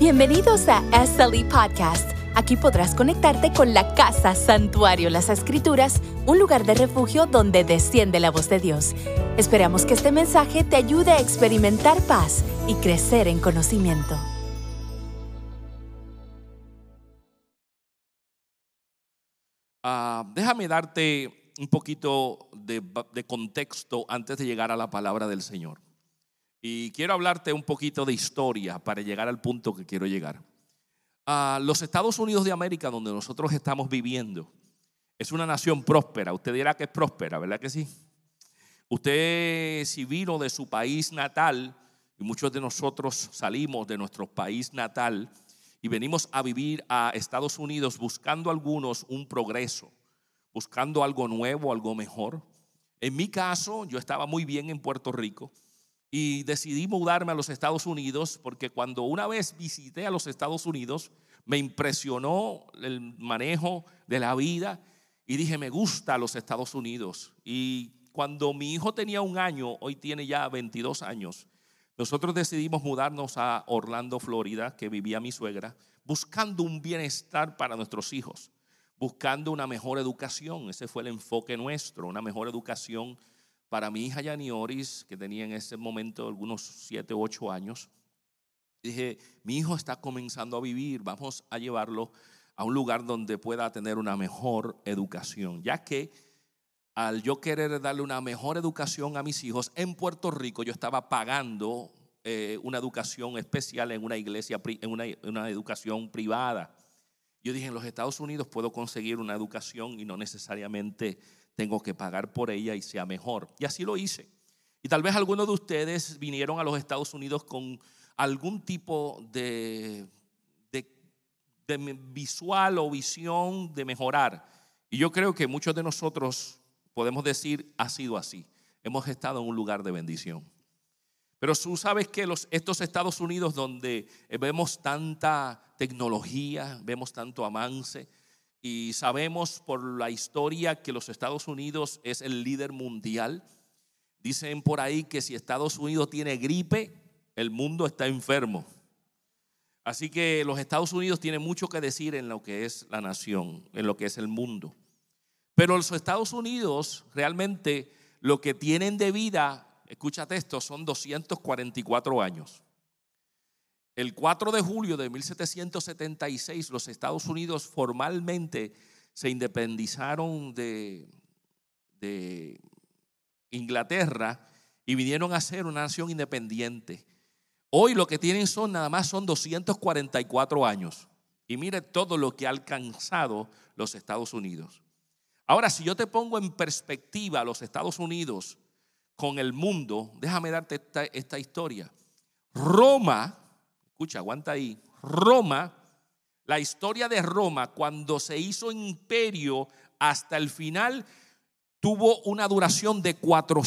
Bienvenidos a SLE Podcast. Aquí podrás conectarte con la Casa Santuario Las Escrituras, un lugar de refugio donde desciende la voz de Dios. Esperamos que este mensaje te ayude a experimentar paz y crecer en conocimiento. Déjame darte un poquito de contexto antes de llegar a la palabra del Señor. Y quiero hablarte un poquito de historia para llegar al punto que quiero llegar. Los Estados Unidos de América, donde nosotros estamos viviendo, es una nación próspera. Usted dirá que es próspera, ¿verdad que sí? Usted, si vino de su país natal, y muchos de nosotros salimos de nuestro país natal y venimos a vivir a Estados Unidos buscando algunos un progreso, buscando algo nuevo, algo mejor. En mi caso, yo estaba muy bien en Puerto Rico y decidí mudarme a los Estados Unidos porque cuando una vez visité a los Estados Unidos me impresionó el manejo de la vida y dije, me gusta los Estados Unidos. Y cuando mi hijo tenía 1 año, hoy tiene ya 22 años, nosotros decidimos mudarnos a Orlando, Florida, que vivía mi suegra, buscando un bienestar para nuestros hijos, buscando una mejor educación. Ese fue el enfoque nuestro, una mejor educación para mi hija Yanioris, que tenía en ese momento algunos 7 u 8 años. Dije, mi hijo está comenzando a vivir, vamos a llevarlo a un lugar donde pueda tener una mejor educación, ya que al yo querer darle una mejor educación a mis hijos, en Puerto Rico yo estaba pagando una educación especial en una iglesia, en una educación privada. Yo dije, en los Estados Unidos puedo conseguir una educación y no necesariamente tengo que pagar por ella y sea mejor. Y así lo hice. Y tal vez algunos de ustedes vinieron a los Estados Unidos con algún tipo de visual o visión de mejorar. Y yo creo que muchos de nosotros podemos decir, ha sido así. Hemos estado en un lugar de bendición. Pero tú sabes que estos Estados Unidos donde vemos tanta tecnología, vemos tanto avance y sabemos por la historia que los Estados Unidos es el líder mundial. Dicen por ahí que si Estados Unidos tiene gripe, el mundo está enfermo. Así que los Estados Unidos tienen mucho que decir en lo que es la nación, en lo que es el mundo. Pero los Estados Unidos realmente lo que tienen de vida, escúchate esto, son 244 años. El 4 de julio de 1776 los Estados Unidos formalmente se independizaron de Inglaterra y vinieron a ser una nación independiente. Hoy lo que tienen nada más son 244 años. Y mire todo lo que ha alcanzado los Estados Unidos. Ahora, si yo te pongo en perspectiva los Estados Unidos con el mundo, déjame darte esta historia. Roma, escucha, aguanta ahí. Roma, la historia de Roma, cuando se hizo imperio hasta el final, tuvo una duración de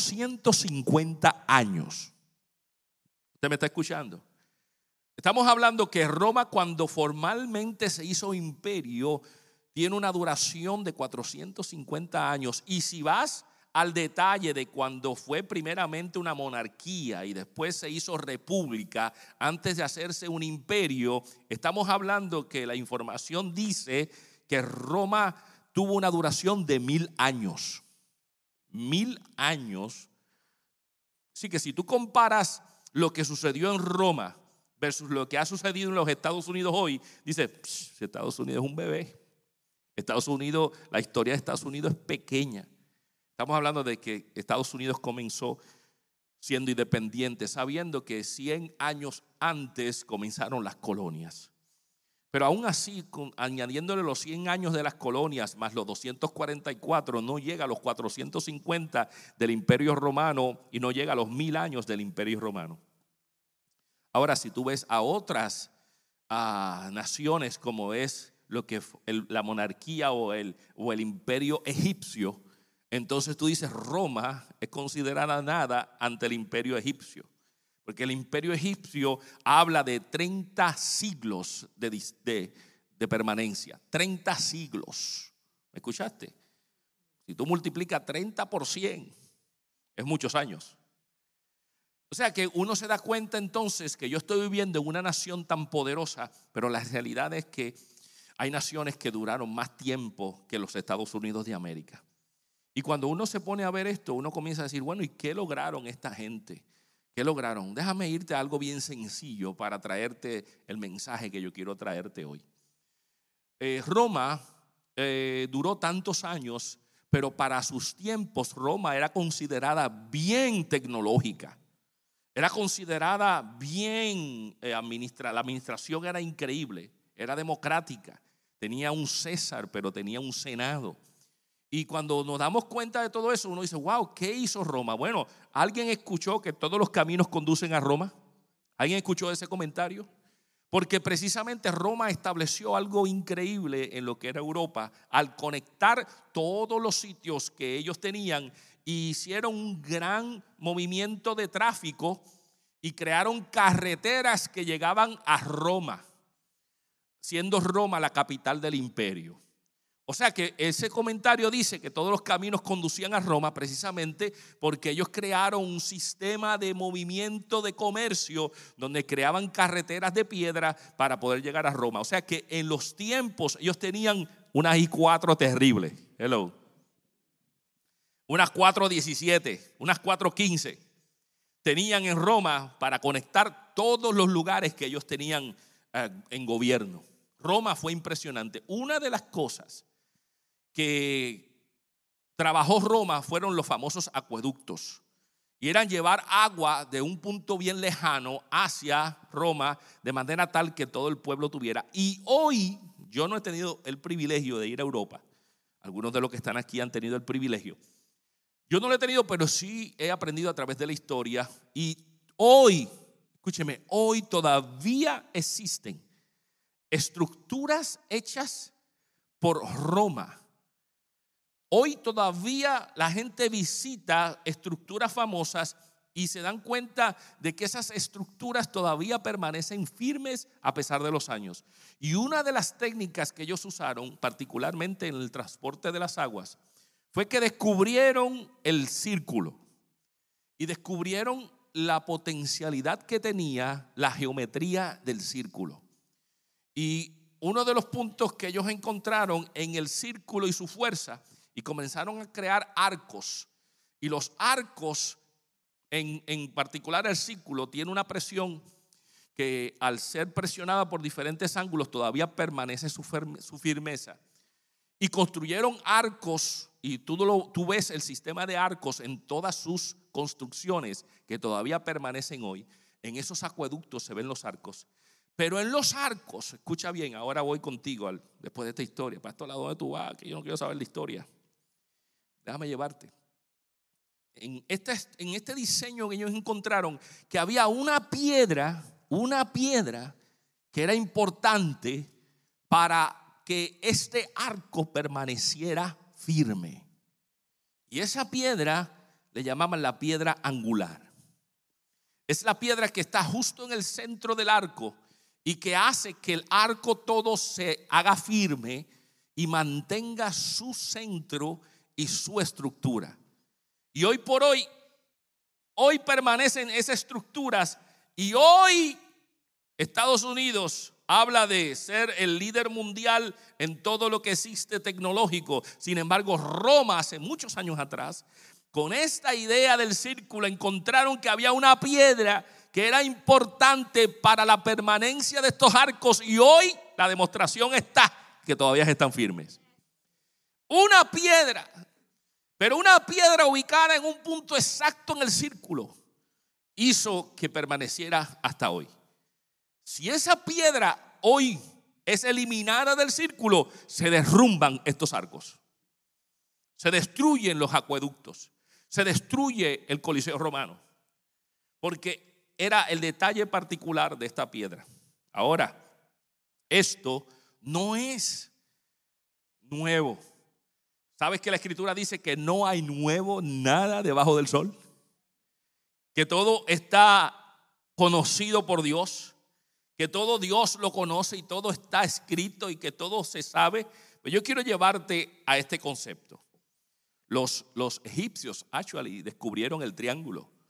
450 años. ¿Usted me está escuchando? Estamos hablando que Roma, cuando formalmente se hizo imperio, tiene una duración de 450 años. Y si vas al detalle de cuando fue primeramente una monarquía y después se hizo república, antes de hacerse un imperio, estamos hablando que la información dice que Roma tuvo una duración de 1000 años. 1000 años. Así que si tú comparas lo que sucedió en Roma versus lo que ha sucedido en los Estados Unidos hoy, dices, Estados Unidos es un bebé. Estados Unidos, la historia de Estados Unidos es pequeña. Estamos hablando de que Estados Unidos comenzó siendo independiente, sabiendo que 100 años antes comenzaron las colonias. Pero aún así, añadiéndole los 100 años de las colonias más los 244, no llega a los 450 del Imperio Romano y no llega a los 1000 años del Imperio Romano. Ahora, si tú ves a otras naciones como es lo que la monarquía o el imperio egipcio, entonces tú dices Roma es considerada nada ante el imperio egipcio, porque el imperio egipcio habla de 30 siglos de permanencia. 30 siglos. ¿Me escuchaste? Si tú multiplicas 30 por 100, es muchos años. O sea que uno se da cuenta entonces que yo estoy viviendo en una nación tan poderosa, pero la realidad es que hay naciones que duraron más tiempo que los Estados Unidos de América. Y cuando uno se pone a ver esto, uno comienza a decir, bueno, ¿y qué lograron esta gente? ¿Qué lograron? Déjame irte a algo bien sencillo para traerte el mensaje que yo quiero traerte hoy. Roma duró tantos años, pero para sus tiempos Roma era considerada bien tecnológica. Era considerada bien la administración era increíble, era democrática. Tenía un César, pero tenía un Senado. Y cuando nos damos cuenta de todo eso, uno dice, wow, ¿qué hizo Roma? Bueno, ¿alguien escuchó que todos los caminos conducen a Roma? ¿Alguien escuchó ese comentario? Porque precisamente Roma estableció algo increíble en lo que era Europa al conectar todos los sitios que ellos tenían. Y hicieron un gran movimiento de tráfico y crearon carreteras que llegaban a Roma, siendo Roma la capital del imperio. O sea que ese comentario dice que todos los caminos conducían a Roma precisamente porque ellos crearon un sistema de movimiento de comercio donde creaban carreteras de piedra para poder llegar a Roma. O sea que en los tiempos ellos tenían unas I-4 terribles. Hello. Unas 417, unas 415 tenían en Roma para conectar todos los lugares que ellos tenían en gobierno. Roma fue impresionante. Una de las cosas que trabajó Roma fueron los famosos acueductos. Y eran llevar agua de un punto bien lejano hacia Roma de manera tal que todo el pueblo tuviera. Y hoy yo no he tenido el privilegio de ir a Europa. Algunos de los que están aquí han tenido el privilegio. Yo no lo he tenido, pero sí he aprendido a través de la historia. Y hoy, escúcheme, hoy todavía existen estructuras hechas por Roma. Hoy todavía la gente visita estructuras famosas y se dan cuenta de que esas estructuras todavía permanecen firmes a pesar de los años. Y una de las técnicas que ellos usaron, particularmente en el transporte de las aguas, fue que descubrieron el círculo y descubrieron la potencialidad que tenía la geometría del círculo. Y uno de los puntos que ellos encontraron en el círculo y su fuerza, y comenzaron a crear arcos. Y los arcos, en particular el círculo, tiene una presión que al ser presionada por diferentes ángulos todavía permanece su firmeza. Y construyeron arcos, y tú ves el sistema de arcos en todas sus construcciones que todavía permanecen hoy. En esos acueductos se ven los arcos. Pero en los arcos, escucha bien, ahora voy contigo después de esta historia. Pastor, ¿a dónde tú vas? Que yo no quiero saber la historia. Déjame llevarte. En este diseño que ellos encontraron que había una piedra que era importante para que este arco permaneciera firme. Y esa piedra le llamaban la piedra angular. Es la piedra que está justo en el centro del arco y que hace que el arco todo se haga firme y mantenga su centro y su estructura. Y hoy por hoy permanecen esas estructuras. Y hoy Estados Unidos habla de ser el líder mundial en todo lo que existe tecnológico. Sin embargo, Roma hace muchos años atrás, con esta idea del círculo, encontraron que había una piedra que era importante para la permanencia de estos arcos. Y hoy la demostración está que todavía están firmes. Una piedra, pero una piedra ubicada en un punto exacto en el círculo, hizo que permaneciera hasta hoy. Si esa piedra hoy es eliminada del círculo, se derrumban estos arcos, se destruyen los acueductos, se destruye el Coliseo Romano, porque era el detalle particular de esta piedra. Ahora, esto no es nuevo. ¿Sabes que la Escritura dice que no hay nuevo nada debajo del sol? Que todo está conocido por Dios, que todo Dios lo conoce y todo está escrito y que todo se sabe. Pero yo quiero llevarte a este concepto. Los egipcios descubrieron el triángulo.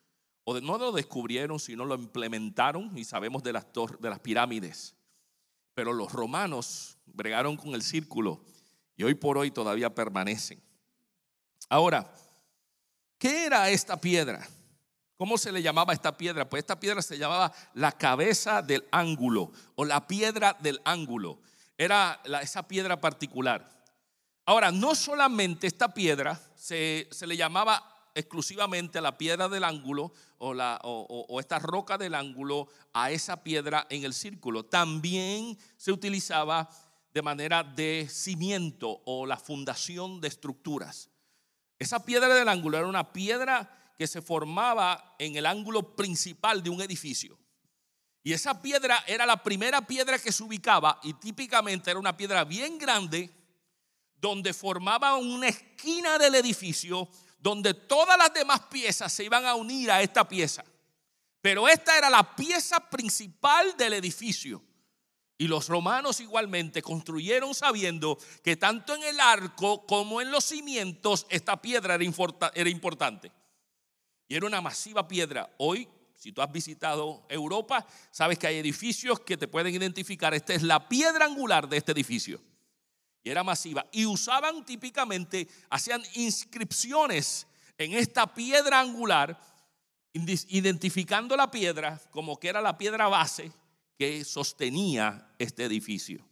no lo descubrieron, sino lo implementaron, y sabemos de las pirámides. Pero los romanos bregaron con el círculo y hoy por hoy todavía permanecen. Ahora, ¿qué era esta piedra? ¿Cómo se le llamaba esta piedra? Pues esta piedra se llamaba la cabeza del ángulo o la piedra del ángulo. Era esa piedra particular. Ahora, no solamente esta piedra se le llamaba exclusivamente a la piedra del ángulo o esta roca del ángulo, a esa piedra en el círculo. También se utilizaba de manera de cimiento o la fundación de estructuras. Esa piedra del ángulo era una piedra que se formaba en el ángulo principal de un edificio. Y esa piedra era la primera piedra que se ubicaba, y típicamente era una piedra bien grande donde formaba una esquina del edificio, donde todas las demás piezas se iban a unir a esta pieza. Pero esta era la pieza principal del edificio. Y los romanos igualmente construyeron sabiendo que tanto en el arco como en los cimientos esta piedra era importante. Y era una masiva piedra. Hoy, si tú has visitado Europa, sabes que hay edificios que te pueden identificar. Esta es la piedra angular de este edificio. Y era masiva. Y usaban típicamente, hacían inscripciones en esta piedra angular, identificando la piedra como que era la piedra base que sostenía este edificio.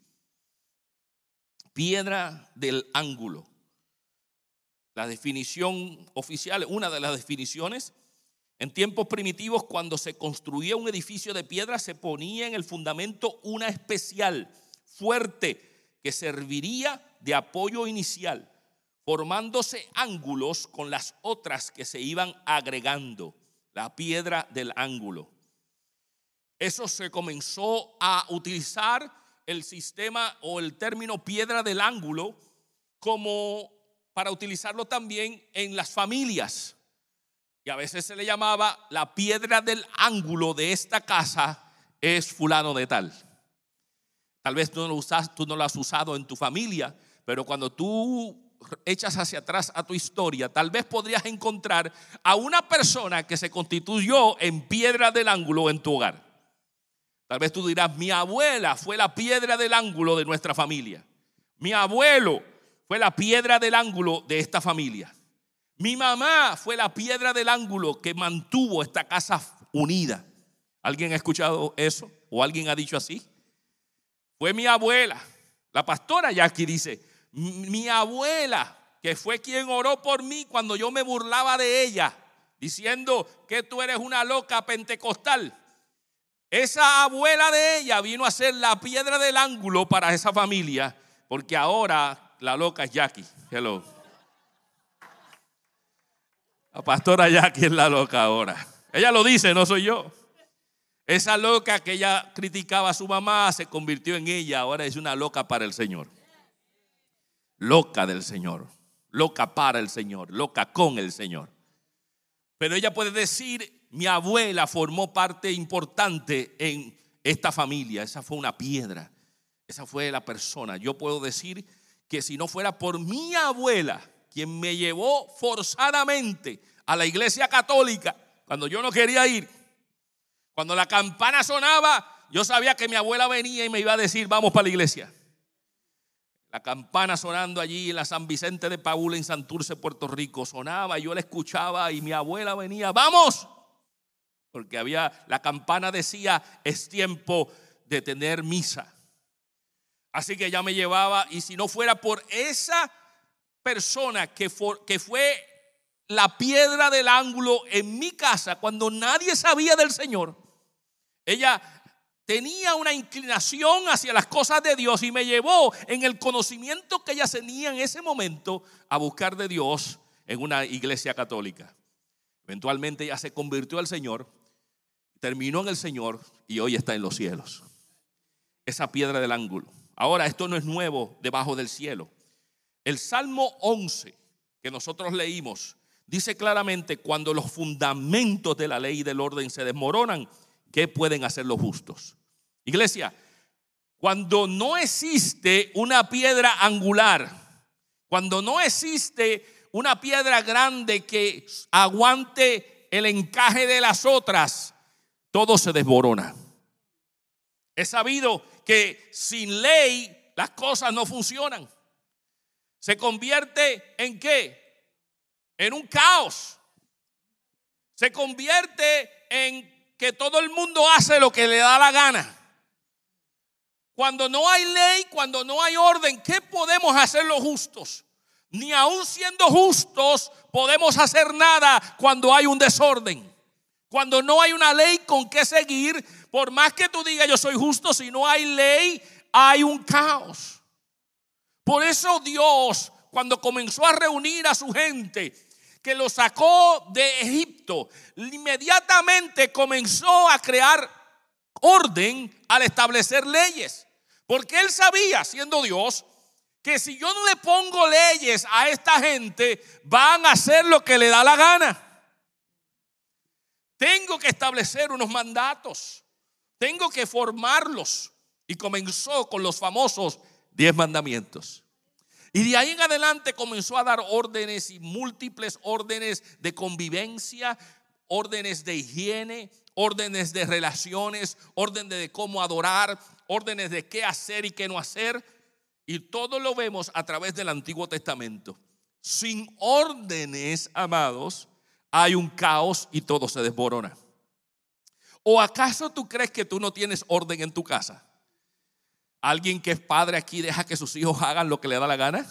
Piedra del ángulo. La definición oficial, una de las definiciones: en tiempos primitivos, cuando se construía un edificio de piedra, se ponía en el fundamento una especial, fuerte, que serviría de apoyo inicial, formándose ángulos con las otras que se iban agregando. La piedra del ángulo. Eso se comenzó a utilizar el sistema o el término piedra del ángulo como para utilizarlo también en las familias. Y a veces se le llamaba la piedra del ángulo de esta casa es fulano de tal. Tal vez tú no lo has usado en tu familia, pero cuando tú echas hacia atrás a tu historia, tal vez podrías encontrar a una persona que se constituyó en piedra del ángulo en tu hogar. Tal vez tú dirás: mi abuela fue la piedra del ángulo de nuestra familia. Mi abuelo fue la piedra del ángulo de esta familia. Mi mamá fue la piedra del ángulo que mantuvo esta casa unida. ¿Alguien ha escuchado eso? ¿O alguien ha dicho así? Fue mi abuela. La pastora Jackie dice: mi abuela, que fue quien oró por mí cuando yo me burlaba de ella, diciendo que tú eres una loca pentecostal. Esa abuela de ella vino a ser la piedra del ángulo para esa familia, porque ahora la loca es Jackie. Hello. La pastora Jackie es la loca ahora. Ella lo dice, no soy yo. Esa loca que ella criticaba a su mamá se convirtió en ella. Ahora es una loca para el Señor. Loca del Señor. Loca para el Señor. Loca con el Señor. Pero ella puede decir: mi abuela formó parte importante en esta familia. Esa fue una piedra. Esa fue la persona. Yo puedo decir que si no fuera por mi abuela, quien me llevó forzadamente a la iglesia católica cuando yo no quería ir, cuando la campana sonaba, yo sabía que mi abuela venía y me iba a decir: vamos para la iglesia. La campana sonando allí en la San Vicente de Paúl, en Santurce, Puerto Rico, sonaba, yo la escuchaba y mi abuela venía: vamos. Porque la campana decía: es tiempo de tener misa. Así que ella me llevaba, y si no fuera por esa persona que fue la piedra del ángulo en mi casa cuando nadie sabía del Señor, ella tenía una inclinación hacia las cosas de Dios y me llevó en el conocimiento que ella tenía en ese momento a buscar de Dios en una iglesia católica. Eventualmente ella se convirtió al Señor, terminó en el Señor y hoy está en los cielos. Esa piedra del ángulo. Ahora, esto no es nuevo debajo del cielo. El Salmo 11 que nosotros leímos dice claramente: cuando los fundamentos de la ley y del orden se desmoronan, ¿qué pueden hacer los justos? Iglesia, cuando no existe una piedra angular, cuando no existe una piedra grande que aguante el encaje de las otras, todo se desborona. Es sabido que sin ley las cosas no funcionan. Se convierte ¿en qué? En un caos. Se convierte en que todo el mundo hace lo que le da la gana. Cuando no hay ley, cuando no hay orden, ¿qué podemos hacer los justos? Ni aun siendo justos podemos hacer nada cuando hay un desorden. Cuando no hay una ley con qué seguir, por más que tú digas yo soy justo, si no hay ley, hay un caos. Por eso Dios, cuando comenzó a reunir a su gente, que lo sacó de Egipto, inmediatamente comenzó a crear orden al establecer leyes. Porque él sabía, siendo Dios, que si yo no le pongo leyes a esta gente, van a hacer lo que le da la gana. Tengo que establecer unos mandatos, tengo que formarlos. Y comenzó con los famosos 10 mandamientos. Y de ahí en adelante comenzó a dar órdenes y múltiples órdenes de convivencia, órdenes de higiene, órdenes de relaciones, órdenes de cómo adorar, órdenes de qué hacer y qué no hacer. Y todo lo vemos a través del Antiguo Testamento. Sin órdenes, amados, hay un caos y todo se desborona. ¿O acaso tú crees que tú no tienes orden en tu casa? ¿Alguien que es padre aquí deja que sus hijos hagan lo que le da la gana?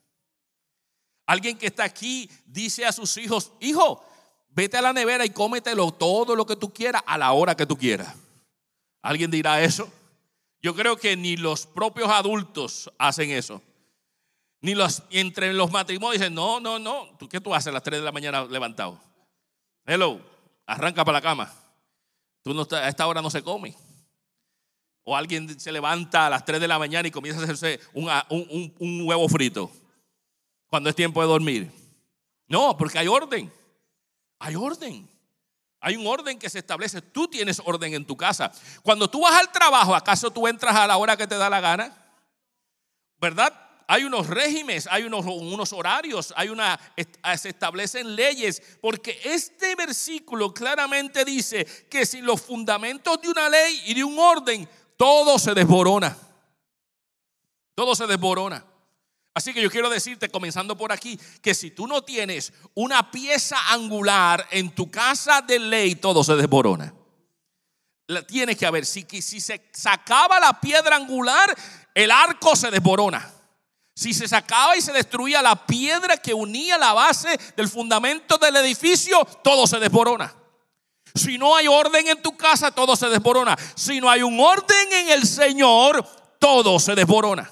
¿Alguien que está aquí dice a sus hijos: hijo, vete a la nevera y cómetelo todo lo que tú quieras a la hora que tú quieras? ¿Alguien dirá eso? Yo creo que ni los propios adultos hacen eso. Ni entre los matrimonios dicen: no. ¿Qué tú haces a las 3 de la mañana levantado? Hello, arranca para la cama. A esta hora no se come. O alguien se levanta a las 3 de la mañana y comienza a hacerse un huevo frito cuando es tiempo de dormir. No, porque hay orden. Hay orden. Hay un orden que se establece. Tú tienes orden en tu casa. Cuando tú vas al trabajo, ¿acaso tú entras a la hora que te da la gana? ¿Verdad? Hay unos regímenes, hay unos horarios, se establecen leyes. Porque este versículo claramente dice que sin los fundamentos de una ley y de un orden, todo se desborona. Todo se desborona. Así que yo quiero decirte, comenzando por aquí, que si tú no tienes una pieza angular en tu casa de ley, todo se desborona. Tiene que haber. Si se sacaba la piedra angular, el arco se desborona. Si se sacaba y se destruía la piedra que unía la base del fundamento del edificio, todo se desborona. Si no hay orden en tu casa, todo se desborona. Si no hay un orden en el Señor, todo se desborona.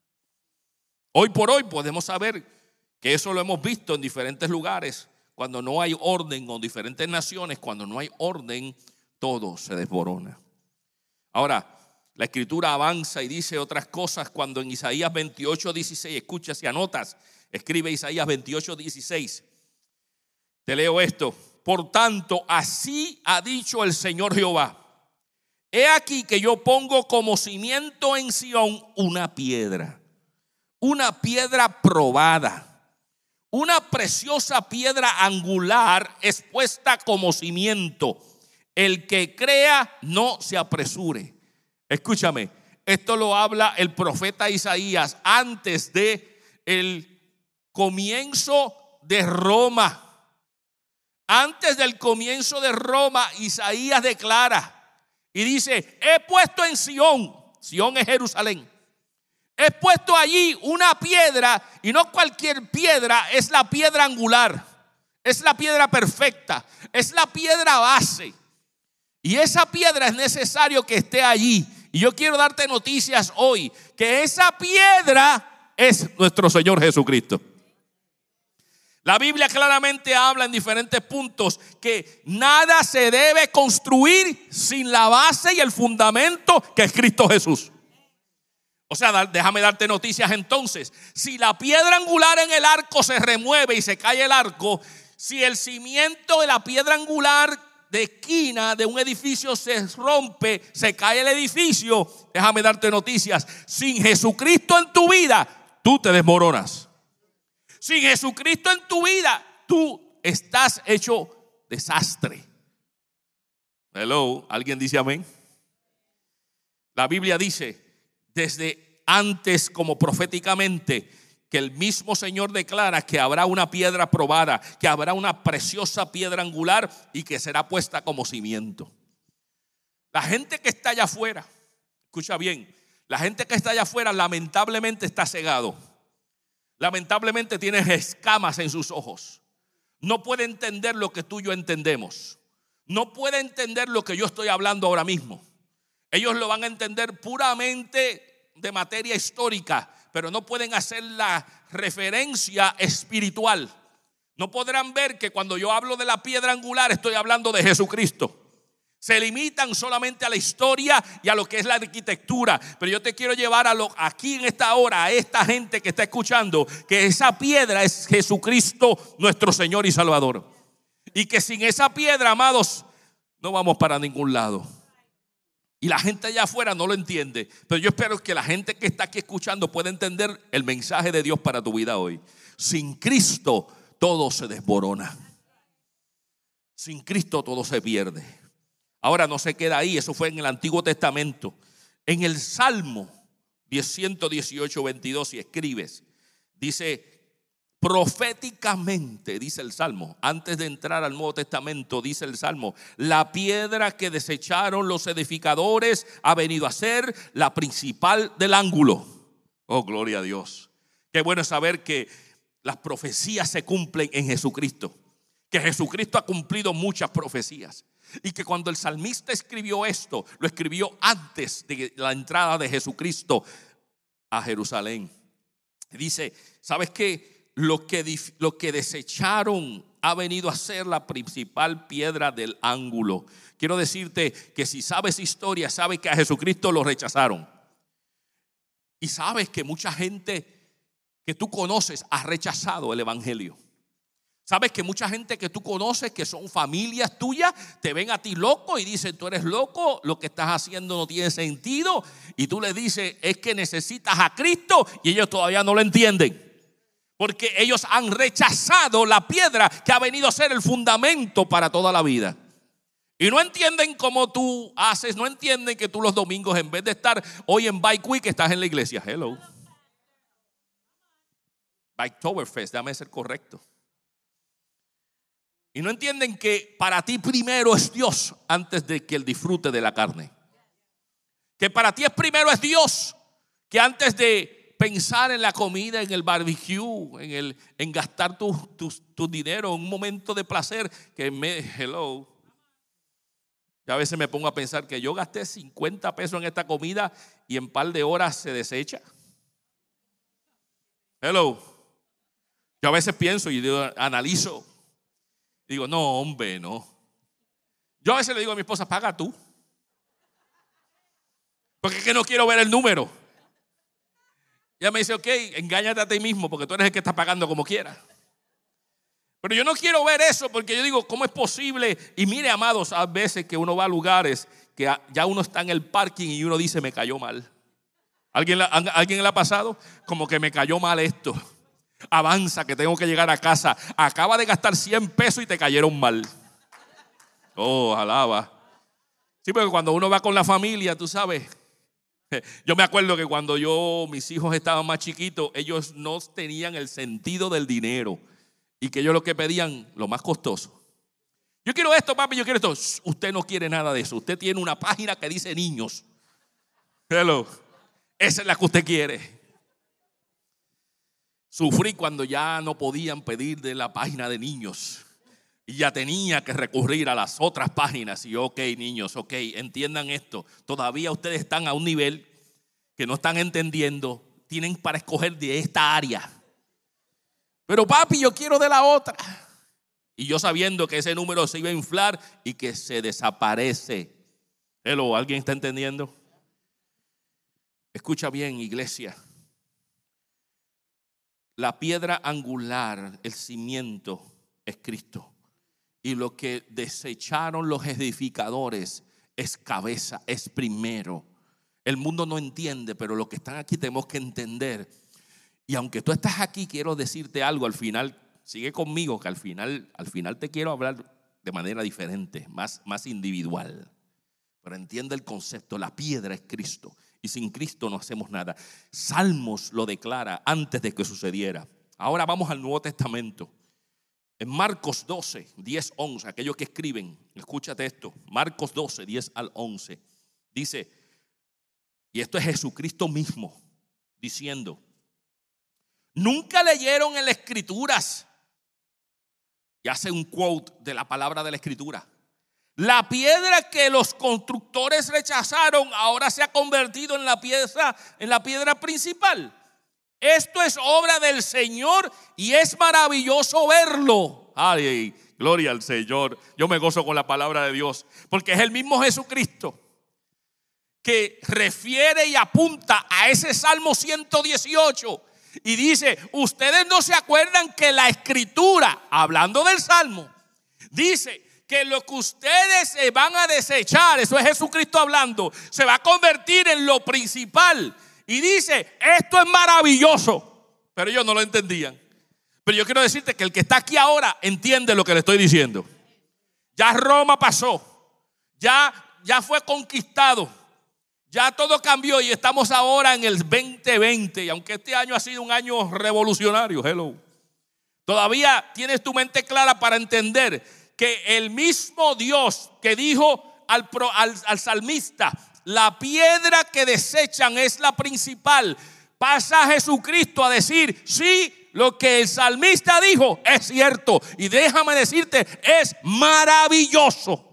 Hoy por hoy podemos saber que eso lo hemos visto en diferentes lugares. Cuando no hay orden, o diferentes naciones, cuando no hay orden, todo se desborona. Ahora, la escritura avanza y dice otras cosas cuando en Isaías 28:16, escucha si anotas, escribe Isaías 28:16. Te leo esto. Por tanto, así ha dicho el Señor Jehová: he aquí que yo pongo como cimiento en Sión una piedra probada, una preciosa piedra angular expuesta como cimiento. El que crea no se apresure. Escúchame, esto lo habla el profeta Isaías antes de el comienzo de Roma. Antes del comienzo de Roma, Isaías declara y dice: he puesto en Sión es Jerusalén, he puesto allí una piedra, y no cualquier piedra, es la piedra angular, es la piedra perfecta, es la piedra base. Y esa piedra es necesario que esté allí. Y yo quiero darte noticias hoy, que esa piedra es nuestro Señor Jesucristo. La Biblia claramente habla en diferentes puntos que nada se debe construir sin la base y el fundamento que es Cristo Jesús. O sea, déjame darte noticias entonces. Si la piedra angular en el arco se remueve y se cae el arco, si el cimiento de la piedra angular de esquina de un edificio se rompe, se cae el edificio, déjame darte noticias: sin Jesucristo en tu vida, tú te desmoronas. Sin Jesucristo en tu vida, tú estás hecho desastre. Hello, ¿alguien dice amén? La Biblia dice, desde antes como proféticamente, que el mismo Señor declara que habrá una piedra probada, que habrá una preciosa piedra angular y que será puesta como cimiento. La gente que está allá afuera, escucha bien, la gente que está allá afuera lamentablemente está cegado. Lamentablemente tiene escamas en sus ojos. No puede entender lo que tú y yo entendemos. No puede entender lo que yo estoy hablando ahora mismo. Ellos lo van a entender puramente de materia histórica, pero no pueden hacer la referencia espiritual. No podrán ver que cuando yo hablo de la piedra angular estoy hablando de Jesucristo. Se limitan solamente a la historia y a lo que es la arquitectura. Pero yo te quiero llevar aquí en esta hora, a esta gente que está escuchando, que esa piedra es Jesucristo, nuestro Señor y Salvador. Y que sin esa piedra, amados, no vamos para ningún lado. Y la gente allá afuera no lo entiende. Pero yo espero que la gente que está aquí escuchando pueda entender el mensaje de Dios para tu vida hoy. Sin Cristo todo se desborona. Sin Cristo todo se pierde. Ahora no se queda ahí, eso fue en el Antiguo Testamento. En el Salmo 118, 22, si escribes, dice proféticamente, dice el Salmo, antes de entrar al Nuevo Testamento, dice el Salmo, la piedra que desecharon los edificadores ha venido a ser la principal del ángulo. Oh, gloria a Dios. Qué bueno saber que las profecías se cumplen en Jesucristo, que Jesucristo ha cumplido muchas profecías. Y que cuando el salmista escribió esto, lo escribió antes de la entrada de Jesucristo a Jerusalén. Dice, ¿sabes qué? Lo que desecharon ha venido a ser la principal piedra del ángulo. Quiero decirte que si sabes historia, sabes que a Jesucristo lo rechazaron. Y sabes que mucha gente que tú conoces ha rechazado el evangelio. Sabes que mucha gente que tú conoces, que son familias tuyas, te ven a ti loco y dicen, tú eres loco, lo que estás haciendo no tiene sentido. Y tú le dices, es que necesitas a Cristo, y ellos todavía no lo entienden. Porque ellos han rechazado la piedra que ha venido a ser el fundamento para toda la vida. Y no entienden cómo tú haces, no entienden que tú los domingos, en vez de estar hoy en Bike Week, estás en la iglesia. Hello. Biketoberfest, déjame ser correcto. Y no entienden que para ti primero es Dios antes de que el disfrute de la carne. Que para ti primero es Dios, que antes de pensar en la comida, en el barbecue, en gastar tu dinero en un momento de placer, hello. Yo a veces me pongo a pensar que yo gasté 50 pesos en esta comida y en un par de horas se desecha. Hello. Yo a veces pienso y analizo. Digo, no, hombre, no. Yo a veces le digo a mi esposa, paga tú. Porque es que no quiero ver el número. Ella me dice, ok, engáñate a ti mismo porque tú eres el que está pagando como quieras. Pero yo no quiero ver eso porque yo digo, ¿cómo es posible? Y mire, amados, a veces que uno va a lugares que ya uno está en el parking y uno dice, me cayó mal. ¿Alguien le ha pasado? Como que me cayó mal esto. Avanza que tengo que llegar a casa. Acaba de gastar 100 pesos y te cayeron mal. Oh, alaba. Sí, porque cuando uno va con la familia, tú sabes. Yo me acuerdo que cuando mis hijos estaban más chiquitos, ellos no tenían el sentido del dinero. Y que ellos lo que pedían, lo más costoso. Yo quiero esto, papi, yo quiero esto. Usted no quiere nada de eso. Usted tiene una página que dice niños. Hello. Esa es la que usted quiere. Sufrí cuando ya no podían pedir de la página de niños y ya tenía que recurrir a las otras páginas. Y ok, niños, ok, entiendan esto. Todavía ustedes están a un nivel que no están entendiendo. Tienen para escoger de esta área. Pero papi, yo quiero de la otra. Y yo sabiendo que ese número se iba a inflar y que se desaparece. Hello, ¿alguien está entendiendo? Escucha bien, iglesia. La piedra angular, el cimiento, es Cristo. Y lo que desecharon los edificadores es cabeza, es primero. El mundo no entiende, pero los que están aquí tenemos que entender. Y aunque tú estás aquí, quiero decirte algo al final. Sigue conmigo, que al final te quiero hablar de manera diferente, más individual. Pero entiende el concepto, la piedra es Cristo. Y sin Cristo no hacemos nada. Salmos lo declara antes de que sucediera. Ahora vamos al Nuevo Testamento. En Marcos 12, 10, 11, aquellos que escriben, escúchate esto. Marcos 12, 10 al 11. Dice, y esto es Jesucristo mismo diciendo: ¿nunca leyeron en las Escrituras? Y hace un quote de la palabra de la Escritura. La piedra que los constructores rechazaron ahora se ha convertido en la piedra principal. Esto es obra del Señor y es maravilloso verlo. Ay, gloria al Señor. Yo me gozo con la palabra de Dios, porque es el mismo Jesucristo que refiere y apunta a ese Salmo 118 y dice: ustedes no se acuerdan que la Escritura, hablando del Salmo, dice que lo que ustedes se van a desechar, eso es Jesucristo hablando, se va a convertir en lo principal. Y dice: esto es maravilloso. Pero ellos no lo entendían. Pero yo quiero decirte que el que está aquí ahora entiende lo que le estoy diciendo. Ya Roma pasó, ya fue conquistado, ya todo cambió y estamos ahora en el 2020. Y aunque este año ha sido un año revolucionario, todavía tienes tu mente clara para entender que el mismo Dios que dijo al salmista: la piedra que desechan es la principal, pasa a Jesucristo a decir: sí, lo que el salmista dijo es cierto. Y déjame decirte, es maravilloso.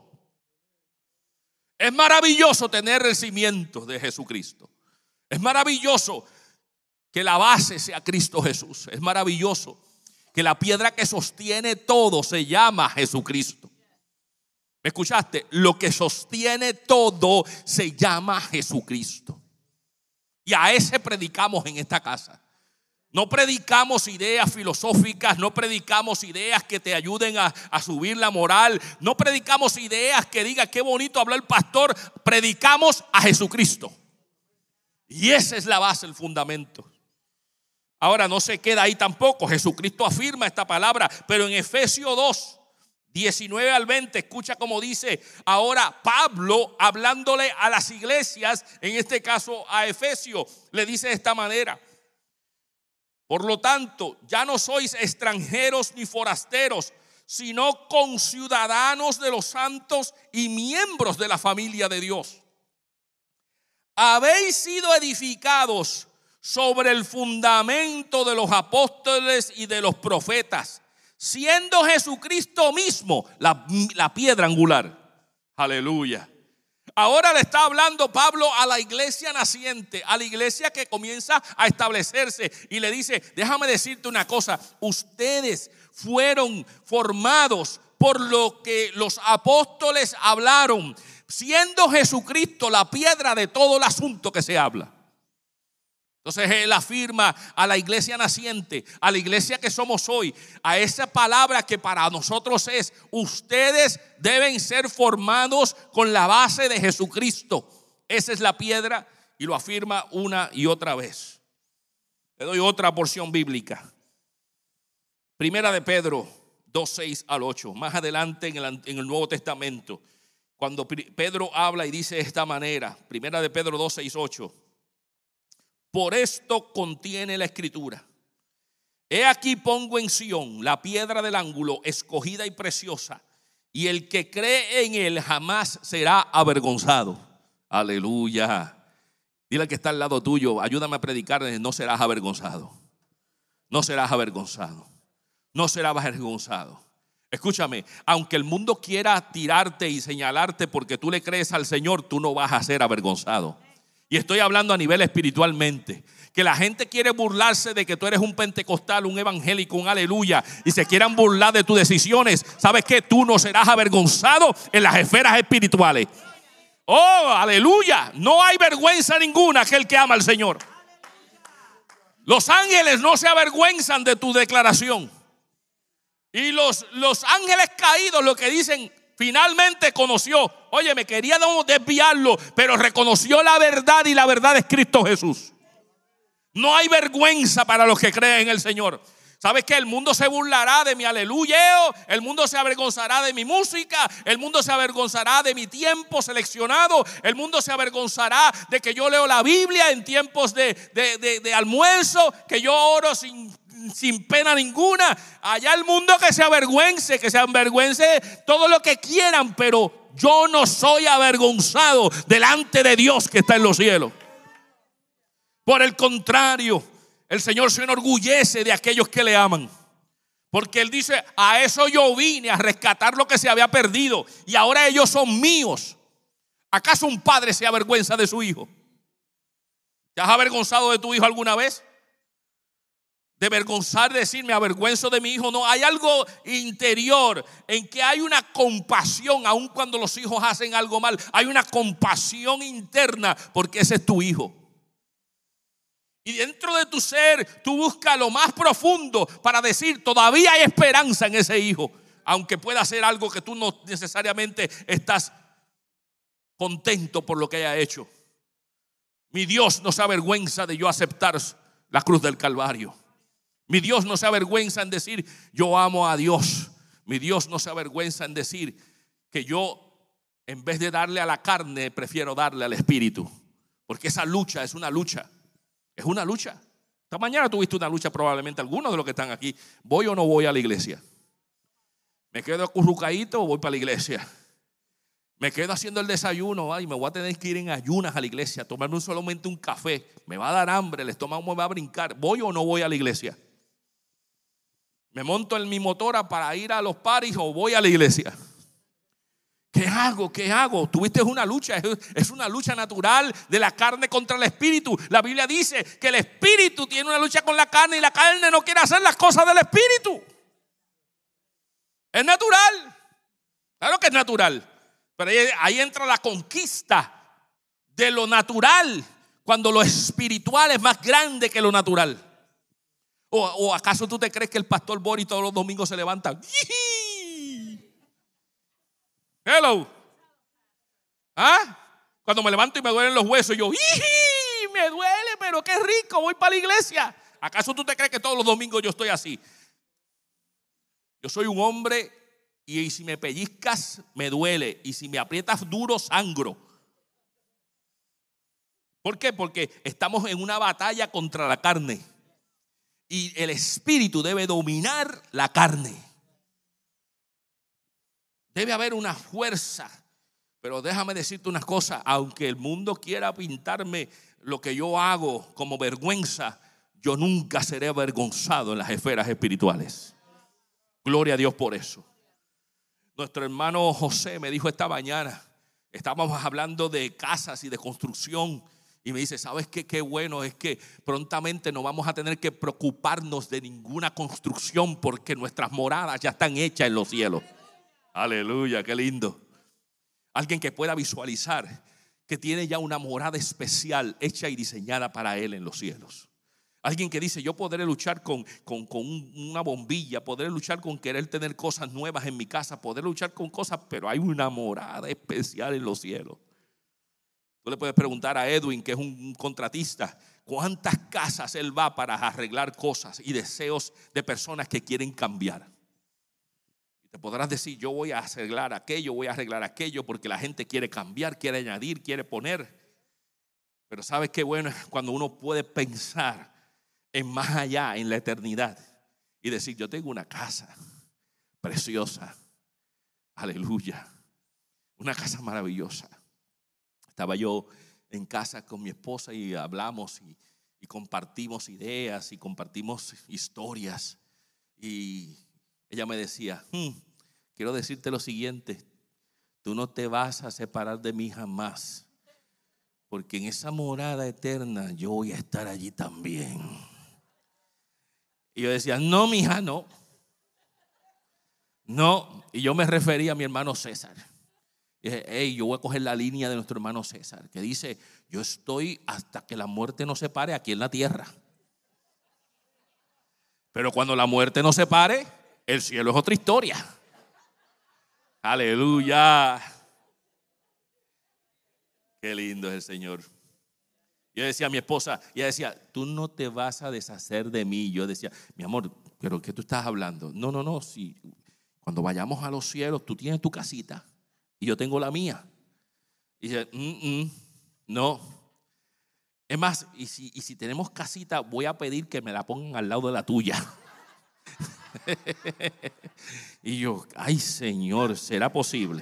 Es maravilloso tener el cimiento de Jesucristo. Es maravilloso que la base sea Cristo Jesús. Es maravilloso que la piedra que sostiene todo se llama Jesucristo. ¿Me escuchaste? Lo que sostiene todo se llama Jesucristo. Y a ese predicamos en esta casa. No predicamos ideas filosóficas, no predicamos ideas que te ayuden a subir la moral, no predicamos ideas que digan qué bonito habló el pastor. Predicamos a Jesucristo. Y esa es la base, el fundamento. Ahora no se queda ahí tampoco. Jesucristo afirma esta palabra, pero en Efesios 2, 19 al 20, escucha cómo dice ahora Pablo hablándole a las iglesias, en este caso a Efesios, le dice de esta manera: por lo tanto, ya no sois extranjeros ni forasteros, sino conciudadanos de los santos y miembros de la familia de Dios. Habéis sido edificados sobre el fundamento de los apóstoles y de los profetas, siendo Jesucristo mismo la piedra angular. Aleluya. Ahora le está hablando Pablo a la iglesia naciente, a la iglesia que comienza a establecerse, y le dice: déjame decirte una cosa, ustedes fueron formados por lo que los apóstoles hablaron, siendo Jesucristo la piedra de todo el asunto que se habla. Entonces él afirma a la iglesia naciente, a la iglesia que somos hoy, a esa palabra que para nosotros es: ustedes deben ser formados con la base de Jesucristo. Esa es la piedra, y lo afirma una y otra vez. Le doy otra porción bíblica. Primera de Pedro 2, 6 al 8. Más adelante en el Nuevo Testamento, cuando Pedro habla y dice de esta manera, Primera de Pedro 2, 6, 8. Por esto contiene la Escritura: he aquí pongo en Sión la piedra del ángulo, escogida y preciosa, y el que cree en él jamás será avergonzado. Aleluya. Dile al que está al lado tuyo: ayúdame a predicar, no serás avergonzado. No serás avergonzado. No serás avergonzado. Escúchame, aunque el mundo quiera tirarte y señalarte porque tú le crees al Señor, tú no vas a ser avergonzado. Y estoy hablando a nivel espiritualmente. Que la gente quiere burlarse de que tú eres un pentecostal, un evangélico, un aleluya, y se quieran burlar de tus decisiones. ¿Sabes qué? Tú no serás avergonzado en las esferas espirituales. Oh, aleluya. No hay vergüenza ninguna aquel que ama al Señor. Los ángeles no se avergüenzan de tu declaración. Y los ángeles caídos lo que dicen: finalmente conoció. Oye, me quería desviarlo, pero reconoció la verdad, y la verdad es Cristo Jesús. No hay vergüenza para los que creen en el Señor. ¿Sabes qué? El mundo se burlará de mi aleluyeo, el mundo se avergonzará de mi música, el mundo se avergonzará de mi tiempo seleccionado, el mundo se avergonzará de que yo leo la Biblia en tiempos de almuerzo, que yo oro sin pena ninguna. Allá el mundo que se avergüence todo lo que quieran, pero yo no soy avergonzado delante de Dios que está en los cielos. Por el contrario, el Señor se enorgullece de aquellos que le aman, porque Él dice: a eso yo vine, a rescatar lo que se había perdido, y ahora ellos son míos. ¿Acaso un padre se avergüenza de su hijo? ¿Te has avergonzado de tu hijo alguna vez? De avergonzar, de decir me avergüenzo de mi hijo. No, hay algo interior en que hay una compasión, aun cuando los hijos hacen algo mal. Hay una compasión interna porque ese es tu hijo. Y dentro de tu ser tú buscas lo más profundo para decir: todavía hay esperanza en ese hijo, aunque pueda hacer algo que tú no necesariamente estás contento por lo que haya hecho. Mi Dios no se avergüenza de yo aceptar la cruz del Calvario. Mi Dios no se avergüenza en decir: yo amo a Dios. Mi Dios no se avergüenza en decir que yo, en vez de darle a la carne, prefiero darle al Espíritu. Porque esa lucha es una lucha. Es una lucha. Esta mañana tuviste una lucha, probablemente algunos de los que están aquí. ¿Voy o no voy a la iglesia? ¿Me quedo acurrucadito o voy para la iglesia? ¿Me quedo haciendo el desayuno? Ay, me voy a tener que ir en ayunas a la iglesia, tomarme solamente un café. Me va a dar hambre, el estómago me va a brincar. ¿Voy o no voy a la iglesia? ¿Me monto en mi motora para ir a los paris o voy a la iglesia? ¿Qué hago? ¿Qué hago? Tuviste una lucha, es una lucha natural de la carne contra el espíritu. La Biblia dice que el espíritu tiene una lucha con la carne y la carne no quiere hacer las cosas del espíritu. Es natural, claro que es natural, pero ahí entra la conquista de lo natural, cuando lo espiritual es más grande que lo natural. ¿O acaso tú te crees que el pastor Boris todos los domingos se levanta? Hello. Cuando me levanto y me duelen los huesos, yo me duele, pero qué rico, voy para la iglesia. ¿Acaso tú te crees que todos los domingos yo estoy así? Yo soy un hombre y si me pellizcas me duele, y si me aprietas duro sangro. ¿Por qué? Porque estamos en una batalla contra la carne y el espíritu debe dominar la carne. Debe haber una fuerza. Pero déjame decirte una cosa: aunque el mundo quiera pintarme lo que yo hago como vergüenza, yo nunca seré avergonzado en las esferas espirituales. Gloria a Dios por eso. Nuestro hermano José me dijo esta mañana, estábamos hablando de casas y de construcción, y me dice: ¿sabes qué? Qué bueno es que prontamente no vamos a tener que preocuparnos de ninguna construcción, porque nuestras moradas ya están hechas en los cielos. Aleluya, qué lindo. Alguien que pueda visualizar que tiene ya una morada especial hecha y diseñada para él en los cielos. Alguien que dice: yo podré luchar con una bombilla, podré luchar con querer tener cosas nuevas en mi casa, podré luchar con cosas, pero hay una morada especial en los cielos. Tú le puedes preguntar a Edwin, que es un contratista, cuántas casas él va para arreglar cosas y deseos de personas que quieren cambiar. Te podrás decir: yo voy a arreglar aquello, porque la gente quiere cambiar, quiere añadir, quiere poner. Pero ¿sabes qué bueno es cuando uno puede pensar en más allá, en la eternidad, y decir: yo tengo una casa preciosa, aleluya, una casa maravillosa? Estaba yo en casa con mi esposa y hablamos y compartimos ideas y compartimos historias, y ella me decía: quiero decirte lo siguiente, tú no te vas a separar de mí jamás, porque en esa morada eterna yo voy a estar allí también. Y yo decía: no, mija, no. Y yo me refería a mi hermano César. Y dije: yo voy a coger la línea de nuestro hermano César, que dice: yo estoy hasta que la muerte nos separe aquí en la tierra. Pero cuando la muerte nos separe, el cielo es otra historia. Aleluya. Qué lindo es el Señor. Yo decía a mi esposa, ella decía: tú no te vas a deshacer de mí. Yo decía: mi amor, ¿pero qué tú estás hablando? No, si cuando vayamos a los cielos, tú tienes tu casita y yo tengo la mía. Y dice, no. Es más, y si tenemos casita, voy a pedir que me la pongan al lado de la tuya. Y yo, ay Señor, ¿será posible?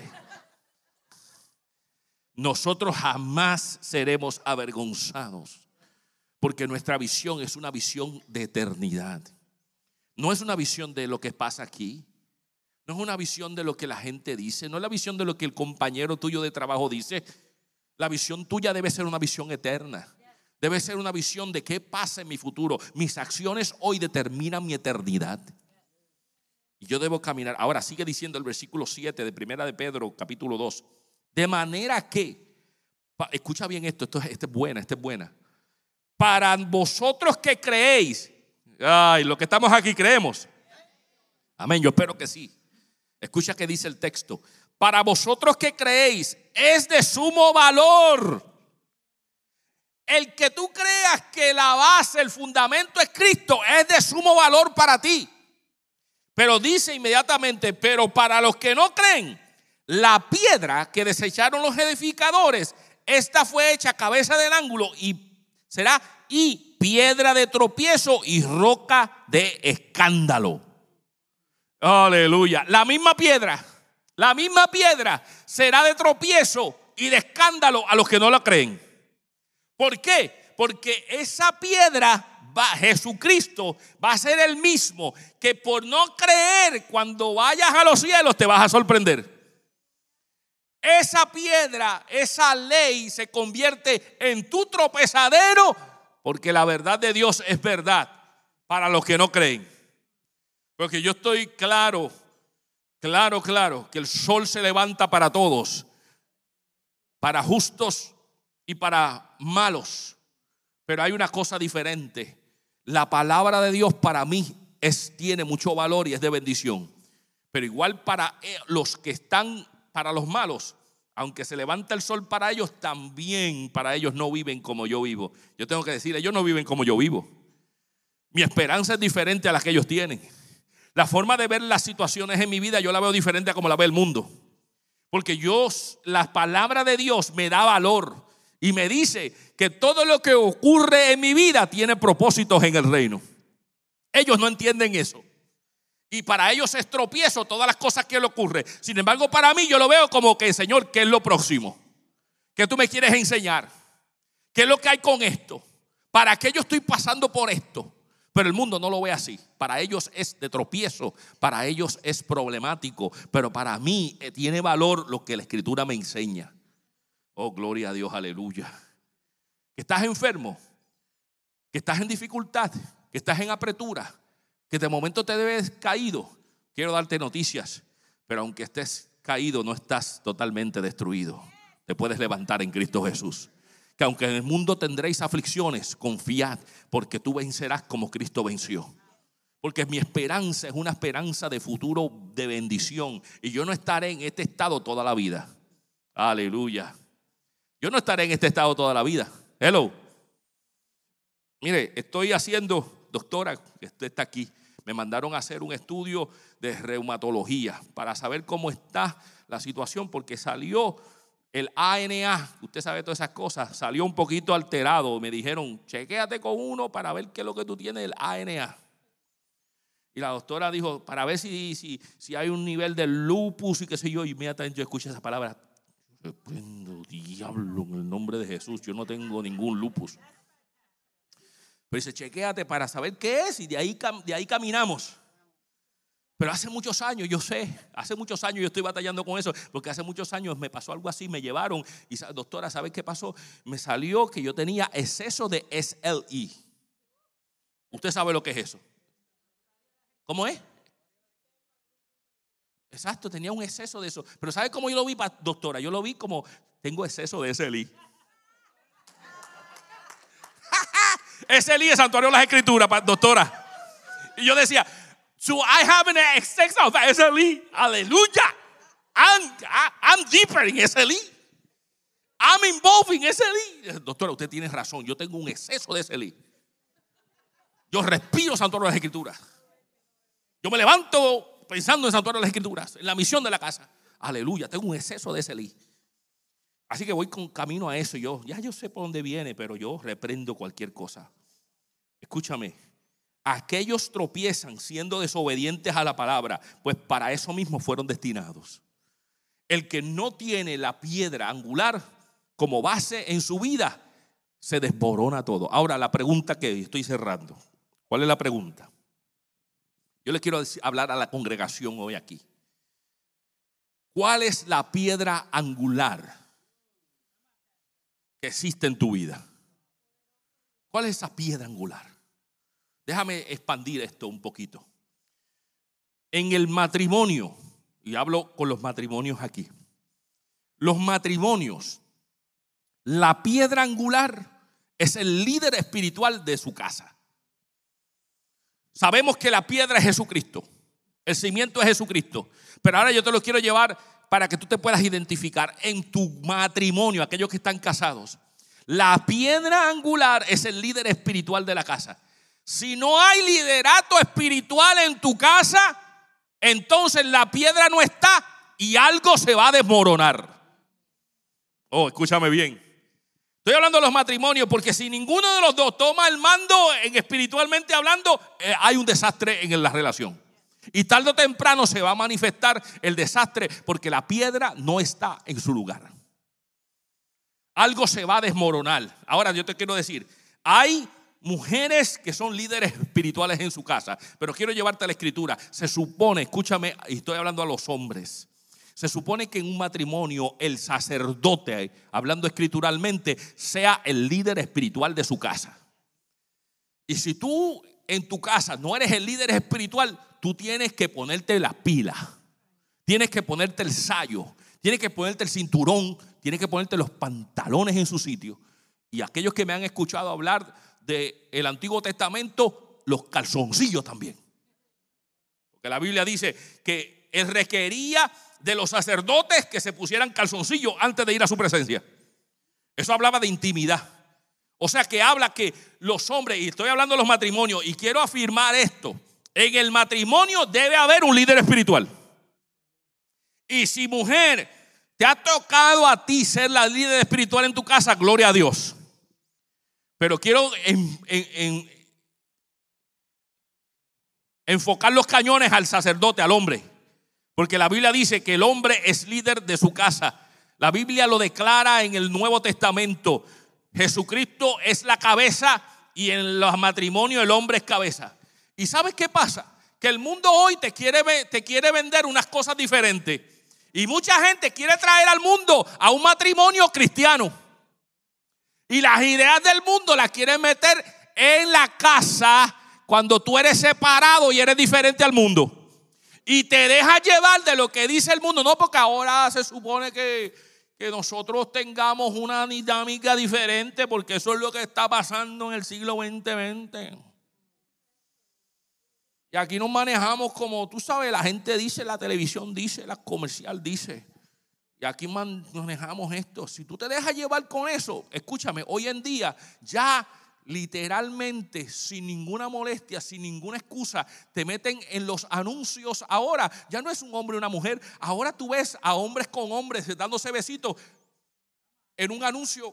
Nosotros jamás seremos avergonzados, porque nuestra visión es una visión de eternidad. No es una visión de lo que pasa aquí. No es una visión de lo que la gente dice. No es la visión de lo que el compañero tuyo de trabajo dice. La visión tuya debe ser una visión eterna. Debe ser una visión de qué pasa en mi futuro. Mis acciones hoy determinan mi eternidad. Y yo debo caminar. Ahora sigue diciendo el versículo 7 de Primera de Pedro, capítulo 2. De manera que, escucha bien esto es buena. Para vosotros que creéis, ay, los que estamos aquí creemos. Amén, yo espero que sí. Escucha que dice el texto. Para vosotros que creéis, es de sumo valor el que tú creas que la base, el fundamento es Cristo, es de sumo valor para ti. Pero dice inmediatamente, pero para los que no creen, la piedra que desecharon los edificadores, esta fue hecha cabeza del ángulo y será piedra de tropiezo y roca de escándalo. Aleluya. La misma piedra será de tropiezo y de escándalo a los que no la creen. ¿Por qué? Porque esa piedra, Jesucristo, va a ser el mismo que por no creer, cuando vayas a los cielos te vas a sorprender. Esa piedra, esa ley se convierte en tu tropezadero, porque la verdad de Dios es verdad para los que no creen. Porque yo estoy claro que el sol se levanta para todos, para justos y para malos. Pero hay una cosa diferente. La palabra de Dios para mí tiene mucho valor y es de bendición. Pero igual para los que están, para los malos, aunque se levanta el sol para ellos, también para ellos no viven como yo vivo. Yo tengo que decir, ellos no viven como yo vivo. Mi esperanza es diferente a la que ellos tienen. La forma de ver las situaciones en mi vida yo la veo diferente a como la ve el mundo. Porque la palabra de Dios me da valor y me dice que todo lo que ocurre en mi vida tiene propósitos en el reino. Ellos no entienden eso. Y para ellos es tropiezo todas las cosas que le ocurren. Sin embargo, para mí yo lo veo como que, Señor, ¿qué es lo próximo? ¿Qué tú me quieres enseñar? ¿Qué es lo que hay con esto? ¿Para qué yo estoy pasando por esto? Pero el mundo no lo ve así. Para ellos es de tropiezo, para ellos es problemático, pero para mí tiene valor lo que la Escritura me enseña. Oh, gloria a Dios, aleluya. Que estás enfermo, que estás en dificultad, que estás en apretura, que de momento te ves caído. Quiero darte noticias, pero aunque estés caído no estás totalmente destruido. Te puedes levantar en Cristo Jesús. Que aunque en el mundo tendréis aflicciones, confiad, porque tú vencerás como Cristo venció. Porque mi esperanza es una esperanza de futuro, de bendición. Y yo no estaré en este estado toda la vida. Aleluya. Yo no estaré en este estado toda la vida. Hello. Mire, estoy haciendo, doctora, usted está aquí. Me mandaron a hacer un estudio de reumatología para saber cómo está la situación, porque salió el ANA, usted sabe todas esas cosas, salió un poquito alterado. Me dijeron, chequéate con uno para ver qué es lo que tú tienes, el ANA. Y la doctora dijo, para ver si hay un nivel de lupus y qué sé yo. Y inmediatamente yo escuché esa palabra. Reprendo, diablo, en el nombre de Jesús, yo no tengo ningún lupus. Pero dice, chequéate para saber qué es, y de ahí caminamos. Pero hace muchos años, yo sé, hace muchos años yo estoy batallando con eso, porque hace muchos años me pasó algo así, me llevaron y, doctora, ¿sabes qué pasó? Me salió que yo tenía exceso de SLE. ¿Usted sabe lo que es eso? ¿Cómo es? Exacto, tenía un exceso de eso. Pero ¿sabe cómo yo lo vi, doctora? Yo lo vi como, tengo exceso de SLE. SLE es Santuario de las Escrituras, doctora. Y yo decía, so I have an excess of SLE. Hallelujah. I'm deeper in SLE. I'm involved in SLE. Doctora, usted tiene razón. Yo tengo un exceso de SLE. Yo respiro Santuario de las Escrituras. Yo me levanto pensando en Santuario de las Escrituras, en la misión de la casa. Aleluya, tengo un exceso de Selí. Así que voy con camino a eso. Yo sé por dónde viene, pero yo reprendo cualquier cosa. Escúchame, aquellos tropiezan siendo desobedientes a la palabra, pues para eso mismo fueron destinados. El que no tiene la piedra angular como base en su vida, se desborona todo. Ahora la pregunta que estoy cerrando, ¿cuál es la pregunta? Yo le quiero hablar a la congregación hoy aquí. ¿Cuál es la piedra angular que existe en tu vida? ¿Cuál es esa piedra angular? Déjame expandir esto un poquito. En el matrimonio, y hablo con los matrimonios aquí. Los matrimonios, la piedra angular es el líder espiritual de su casa. Sabemos que la piedra es Jesucristo. El cimiento es Jesucristo. Pero ahora yo te lo quiero llevar para que tú te puedas identificar en tu matrimonio, aquellos que están casados. La piedra angular es el líder espiritual de la casa. Si no hay liderato espiritual en tu casa, entonces la piedra no está y algo se va a desmoronar. Oh, escúchame bien. Estoy hablando de los matrimonios porque si ninguno de los dos toma el mando espiritualmente hablando, hay un desastre en la relación. Y tarde o temprano se va a manifestar el desastre porque la piedra no está en su lugar. Algo se va a desmoronar. Ahora yo te quiero decir, hay mujeres que son líderes espirituales en su casa, pero quiero llevarte a la escritura. Se supone, escúchame, y estoy hablando a los hombres. Se supone que en un matrimonio el sacerdote, hablando escrituralmente, sea el líder espiritual de su casa. Y si tú en tu casa no eres el líder espiritual, tú tienes que ponerte las pilas, tienes que ponerte el sayo, tienes que ponerte el cinturón, tienes que ponerte los pantalones en su sitio. Y aquellos que me han escuchado hablar del Antiguo Testamento, los calzoncillos también. Porque la Biblia dice que él requería de los sacerdotes que se pusieran calzoncillos antes de ir a su presencia. Eso hablaba de intimidad. O sea que habla que los hombres, y estoy hablando de los matrimonios, y quiero afirmar esto: en el matrimonio debe haber un líder espiritual. Y si mujer, te ha tocado a ti ser la líder espiritual en tu casa, gloria a Dios. Pero quiero enfocar los cañones al sacerdote, al hombre. Porque la Biblia dice que el hombre es líder de su casa. La Biblia lo declara en el Nuevo Testamento. Jesucristo es la cabeza y en los matrimonios el hombre es cabeza. ¿Y sabes qué pasa? Que el mundo hoy te quiere vender unas cosas diferentes. Y mucha gente quiere traer al mundo a un matrimonio cristiano. Y las ideas del mundo las quieren meter en la casa cuando tú eres separado y eres diferente al mundo. Y te dejas llevar de lo que dice el mundo. No, porque ahora se supone que nosotros tengamos una dinámica diferente, porque eso es lo que está pasando en el siglo 2020. Y aquí nos manejamos como, tú sabes, la gente dice, la televisión dice, la comercial dice. Y aquí manejamos esto. Si tú te dejas llevar con eso, escúchame, hoy en día ya literalmente, sin ninguna molestia, sin ninguna excusa, te meten en los anuncios. Ahora ya no es un hombre y una mujer. Ahora tú ves a hombres con hombres dándose besitos en un anuncio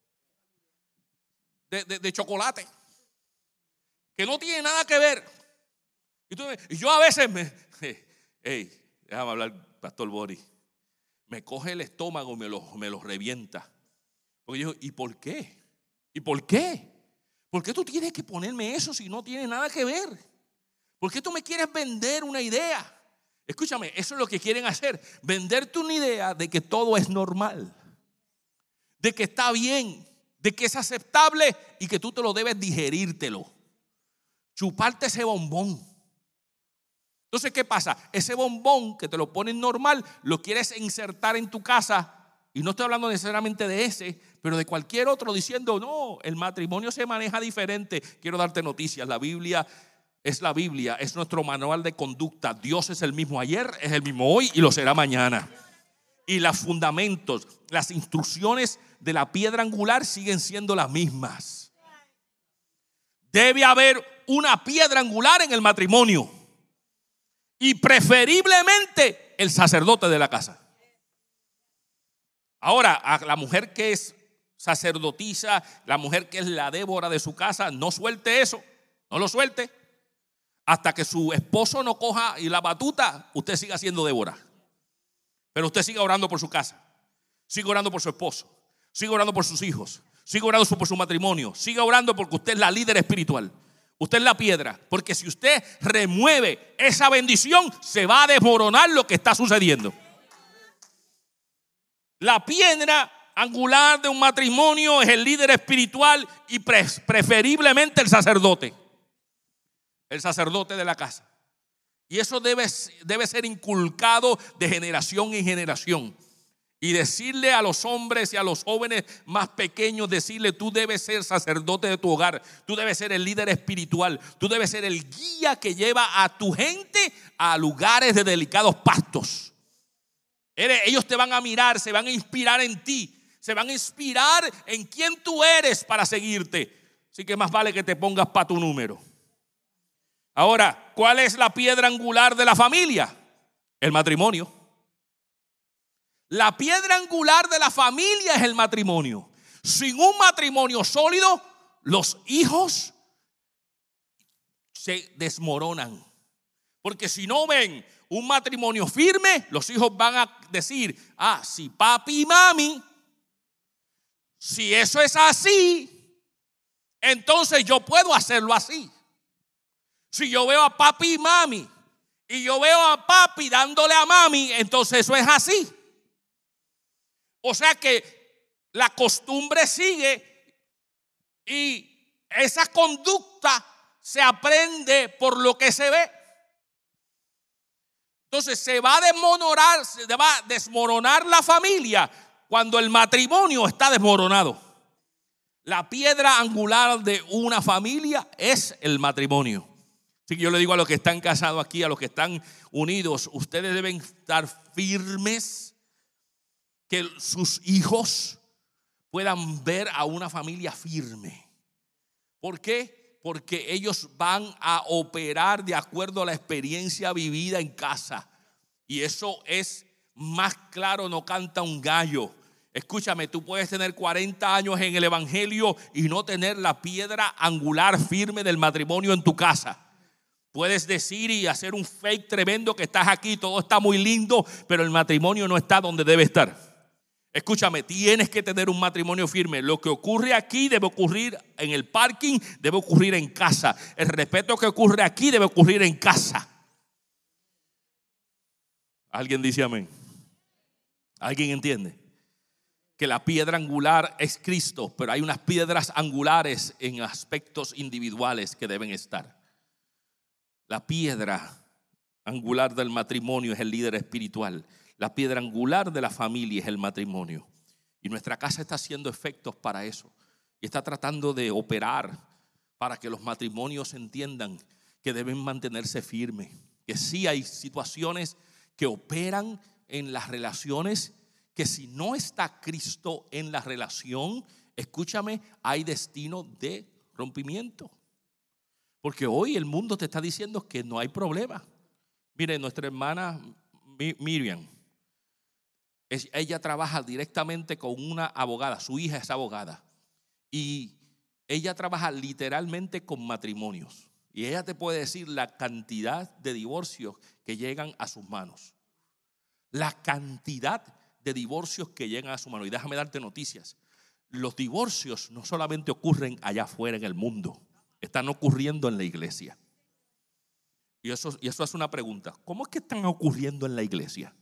de chocolate que no tiene nada que ver. Y yo a veces déjame hablar, Pastor Boris. Me coge el estómago, me lo revienta. Porque yo digo, ¿y por qué? ¿Y por qué? ¿Por qué tú tienes que ponerme eso si no tiene nada que ver? ¿Por qué tú me quieres vender una idea? Escúchame, eso es lo que quieren hacer. Venderte una idea de que todo es normal, de que está bien, de que es aceptable y que tú te lo debes digerírtelo. Chuparte ese bombón. Entonces, ¿qué pasa? Ese bombón que te lo ponen normal, lo quieres insertar en tu casa. Y no estoy hablando necesariamente de ese, pero de cualquier otro, diciendo, no, el matrimonio se maneja diferente. Quiero darte noticias. La Biblia, es nuestro manual de conducta. Dios es el mismo ayer, es el mismo hoy y lo será mañana. Y los fundamentos, las instrucciones de la piedra angular siguen siendo las mismas. Debe haber una piedra angular en el matrimonio. y preferiblemente el sacerdote de la casa. Ahora, a la mujer que es sacerdotisa, la mujer que es la Débora de su casa, no suelte eso, no lo suelte. Hasta que su esposo no coja y la batuta, usted siga siendo Débora. Pero usted siga orando por su casa, siga orando por su esposo, siga orando por sus hijos, siga orando por su matrimonio, siga orando porque usted es la líder espiritual. Usted es la piedra, porque si usted remueve esa bendición, se va a desmoronar lo que está sucediendo. La piedra angular de un matrimonio es el líder espiritual y preferiblemente el sacerdote de la casa. Y eso debe ser inculcado de generación en generación. Y decirle a los hombres y a los jóvenes más pequeños, decirle: tú debes ser sacerdote de tu hogar, tú debes ser el líder espiritual, tú debes ser el guía que lleva a tu gente a lugares de delicados pastos. Ellos te van a mirar, se van a inspirar en ti, se van a inspirar en quién tú eres para seguirte. Así que más vale que te pongas para tu número. Ahora, ¿cuál es la piedra angular de la familia? El matrimonio. La piedra angular de la familia es el matrimonio. Sin un matrimonio sólido, los hijos se desmoronan. Porque si no ven un matrimonio firme, los hijos van a decir: si papi y mami, si eso es así, entonces yo puedo hacerlo así. Si yo veo a papi y mami y yo veo a papi dándole a mami, entonces eso es así. O sea que la costumbre sigue y esa conducta se aprende por lo que se ve. Entonces se va a desmoronar la familia cuando el matrimonio está desmoronado. La piedra angular de una familia es el matrimonio. Así que yo le digo a los que están casados aquí, a los que están unidos, ustedes deben estar firmes, que sus hijos puedan ver a una familia firme. ¿Por qué? Porque ellos van a operar de acuerdo a la experiencia vivida en casa. Y eso es más claro, no canta un gallo. Escúchame, tú puedes tener 40 años en el evangelio y no tener la piedra angular firme del matrimonio en tu casa. Puedes decir y hacer un fake tremendo que estás aquí, todo está muy lindo, pero el matrimonio no está donde debe estar. Escúchame, tienes que tener un matrimonio firme. Lo que ocurre aquí debe ocurrir en el parking, debe ocurrir en casa. El respeto que ocurre aquí debe ocurrir en casa. ¿Alguien dice amén? ¿Alguien entiende? Que la piedra angular es Cristo, pero hay unas piedras angulares en aspectos individuales que deben estar. La piedra angular del matrimonio es el líder espiritual. La piedra angular de la familia es el matrimonio. Y nuestra casa está haciendo efectos para eso. Y está tratando de operar para que los matrimonios entiendan que deben mantenerse firmes. Que sí hay situaciones que operan en las relaciones, que si no está Cristo en la relación, escúchame, hay destino de rompimiento. Porque hoy el mundo te está diciendo que no hay problema. Mire, nuestra hermana Miriam, ella trabaja directamente con una abogada, su hija es abogada, y ella trabaja literalmente con matrimonios. Y ella te puede decir la cantidad de divorcios que llegan a sus manos. La cantidad de divorcios que llegan a sus manos. Y déjame darte noticias. Los divorcios no solamente ocurren allá afuera en el mundo, están ocurriendo en la iglesia. Y eso es una pregunta. ¿Cómo es que están ocurriendo en la iglesia?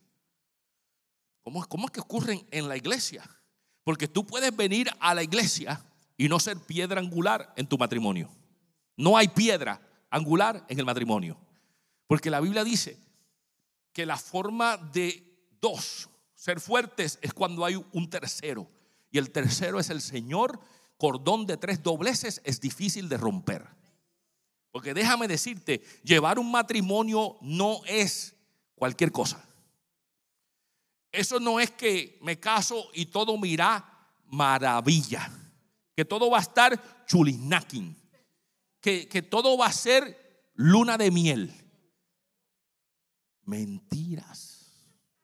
¿Cómo es que ocurren en la iglesia? Porque tú puedes venir a la iglesia y no ser piedra angular en tu matrimonio. No hay piedra angular en el matrimonio. Porque la Biblia dice que la forma de dos ser fuertes es cuando hay un tercero. Y el tercero es el Señor. Cordón de 3 dobleces es difícil de romper. Porque déjame decirte, llevar un matrimonio no es cualquier cosa. Eso no es que me caso y todo me irá maravilla. Que todo va a estar chulisnakin. Que todo va a ser luna de miel. Mentiras.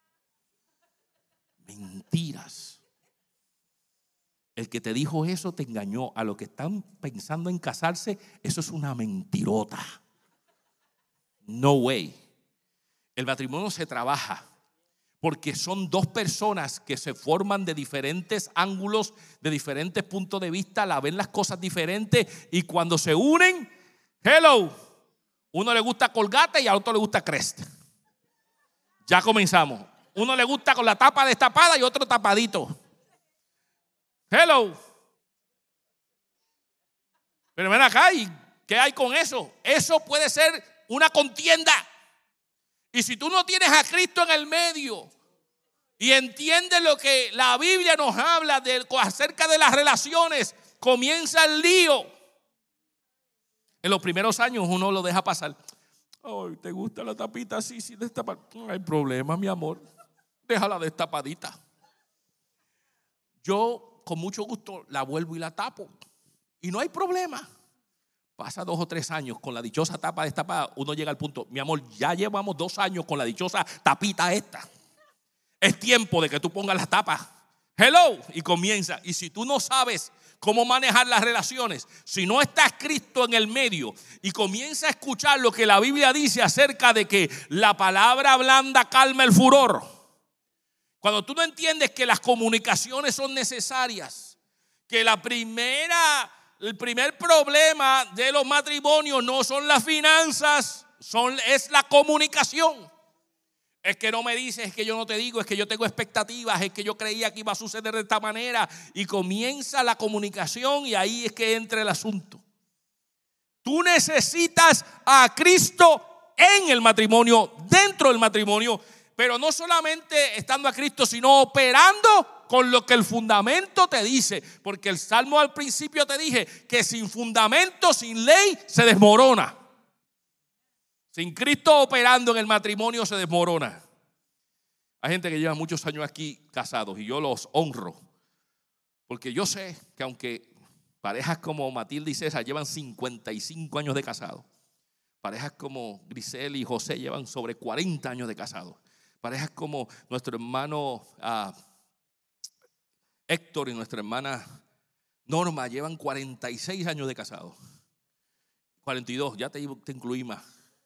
Mentiras. El que te dijo eso te engañó. A los que están pensando en casarse, eso es una mentirota. No way. El matrimonio se trabaja porque son dos personas que se forman de diferentes ángulos, de diferentes puntos de vista, la ven las cosas diferentes y cuando se unen, hello, uno le gusta Colgate y al otro le gusta Crest. Ya comenzamos. Uno le gusta con la tapa destapada y otro tapadito. Hello. Pero ven acá, ¿y qué hay con eso? Eso puede ser una contienda. Y si tú no tienes a Cristo en el medio y entiendes lo que la Biblia nos habla acerca de las relaciones, comienza el lío. En los primeros años uno lo deja pasar. Ay, ¿te gusta la tapita? Sí, destapar. No hay problema, mi amor. Déjala destapadita. Yo con mucho gusto la vuelvo y la tapo. Y no hay problema. Pasa 2 o 3 años con la dichosa tapa destapada, uno llega al punto, mi amor, ya llevamos 2 años con la dichosa tapita esta. Es tiempo de que tú pongas las tapas. Hello. Y comienza. Y si tú no sabes cómo manejar las relaciones, si no estás Cristo en el medio y comienza a escuchar lo que la Biblia dice acerca de que la palabra blanda calma el furor. Cuando tú no entiendes que las comunicaciones son necesarias, que el primer problema de los matrimonios no son las finanzas, es la comunicación. Es que no me dices, es que yo no te digo, es que yo tengo expectativas, es que yo creía que iba a suceder de esta manera. Y comienza la comunicación y ahí es que entra el asunto. Tú necesitas a Cristo en el matrimonio, dentro del matrimonio, pero no solamente estando a Cristo, sino operando con lo que el fundamento te dice. Porque el Salmo al principio te dije que sin fundamento, sin ley, se desmorona. Sin Cristo operando en el matrimonio se desmorona. Hay gente que lleva muchos años aquí casados y yo los honro. Porque yo sé que aunque parejas como Matilde y César llevan 55 años de casado, parejas como Grisel y José llevan sobre 40 años de casado, parejas como nuestro hermano Héctor y nuestra hermana Norma llevan 46 años de casado. 42, ya te incluí más.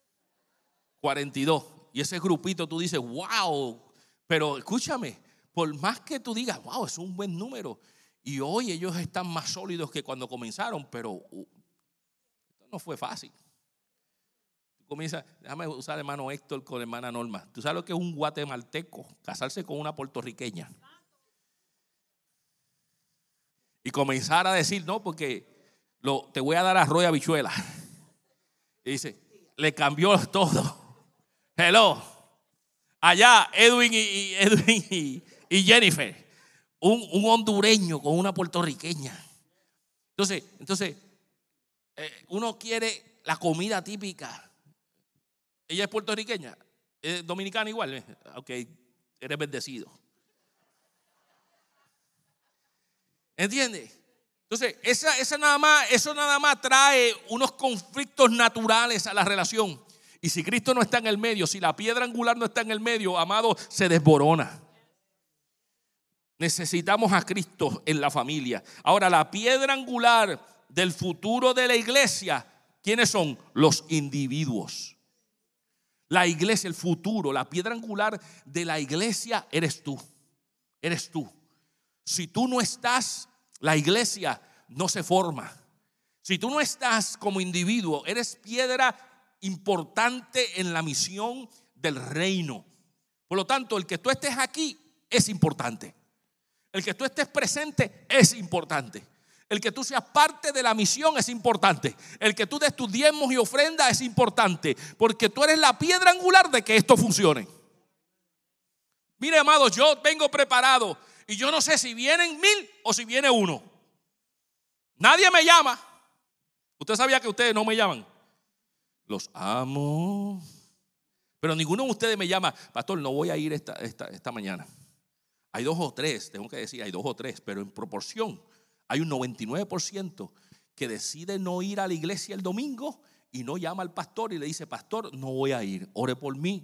42. Y ese grupito tú dices, wow. Pero escúchame, por más que tú digas, wow, es un buen número. Y hoy ellos están más sólidos que cuando comenzaron, pero esto no fue fácil. Comienza, déjame usar al hermano Héctor con la hermana Norma. ¿Tú sabes lo que es un guatemalteco? Casarse con una puertorriqueña. Y comenzar a decir, no, porque te voy a dar arroz y habichuela. Y dice, le cambió todo. Hello. Allá Edwin y Jennifer. Un hondureño con una puertorriqueña. Entonces uno quiere la comida típica. Ella es puertorriqueña, es dominicana igual. Ok, eres bendecido. ¿Entiendes? Entonces, eso nada más trae unos conflictos naturales a la relación. Y si Cristo no está en el medio, si la piedra angular no está en el medio, amado, se desborona. Necesitamos a Cristo en la familia. Ahora, la piedra angular del futuro de la iglesia, ¿quiénes son? Los individuos. La iglesia, el futuro, la piedra angular de la iglesia eres tú. Eres tú. Si tú no estás, la iglesia no se forma. Si tú no estás como individuo, eres piedra importante en la misión del reino. Por lo tanto, el que tú estés aquí es importante. El que tú estés presente es importante. El que tú seas parte de la misión es importante. El que tú des tus diezmos y ofrendas es importante. Porque tú eres la piedra angular de que esto funcione. Mire, amados, yo vengo preparado. Y yo no sé si vienen 1000 o si viene 1. Nadie me llama. Usted sabía que ustedes no me llaman. Los amo. Pero ninguno de ustedes me llama, pastor, no voy a ir esta mañana. Hay 2 o 3, tengo que decir, hay 2 o 3, pero en proporción hay un 99% que decide no ir a la iglesia el domingo y no llama al pastor y le dice, pastor, no voy a ir, ore por mí.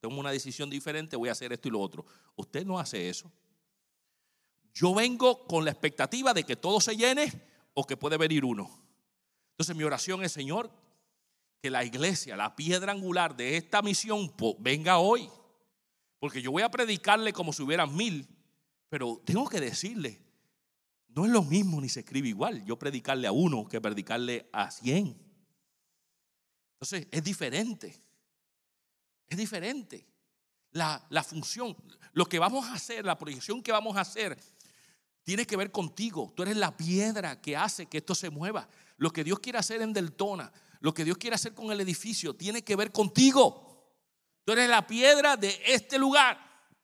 tomo una decisión diferente, voy a hacer esto y lo otro. Usted no hace eso. Yo vengo con la expectativa de que todo se llene o que puede venir uno. Entonces mi oración es, Señor, que la iglesia, la piedra angular de esta misión, venga hoy. Porque yo voy a predicarle como si hubieran 1000, pero tengo que decirle, no es lo mismo ni se escribe igual yo predicarle a 1 que predicarle a 100. Entonces es diferente. Es diferente. La función, lo que vamos a hacer, la proyección que vamos a hacer, tiene que ver contigo. Tú eres la piedra que hace que esto se mueva. Lo que Dios quiere hacer en Deltona, lo que Dios quiere hacer con el edificio, tiene que ver contigo. Tú eres la piedra de este lugar.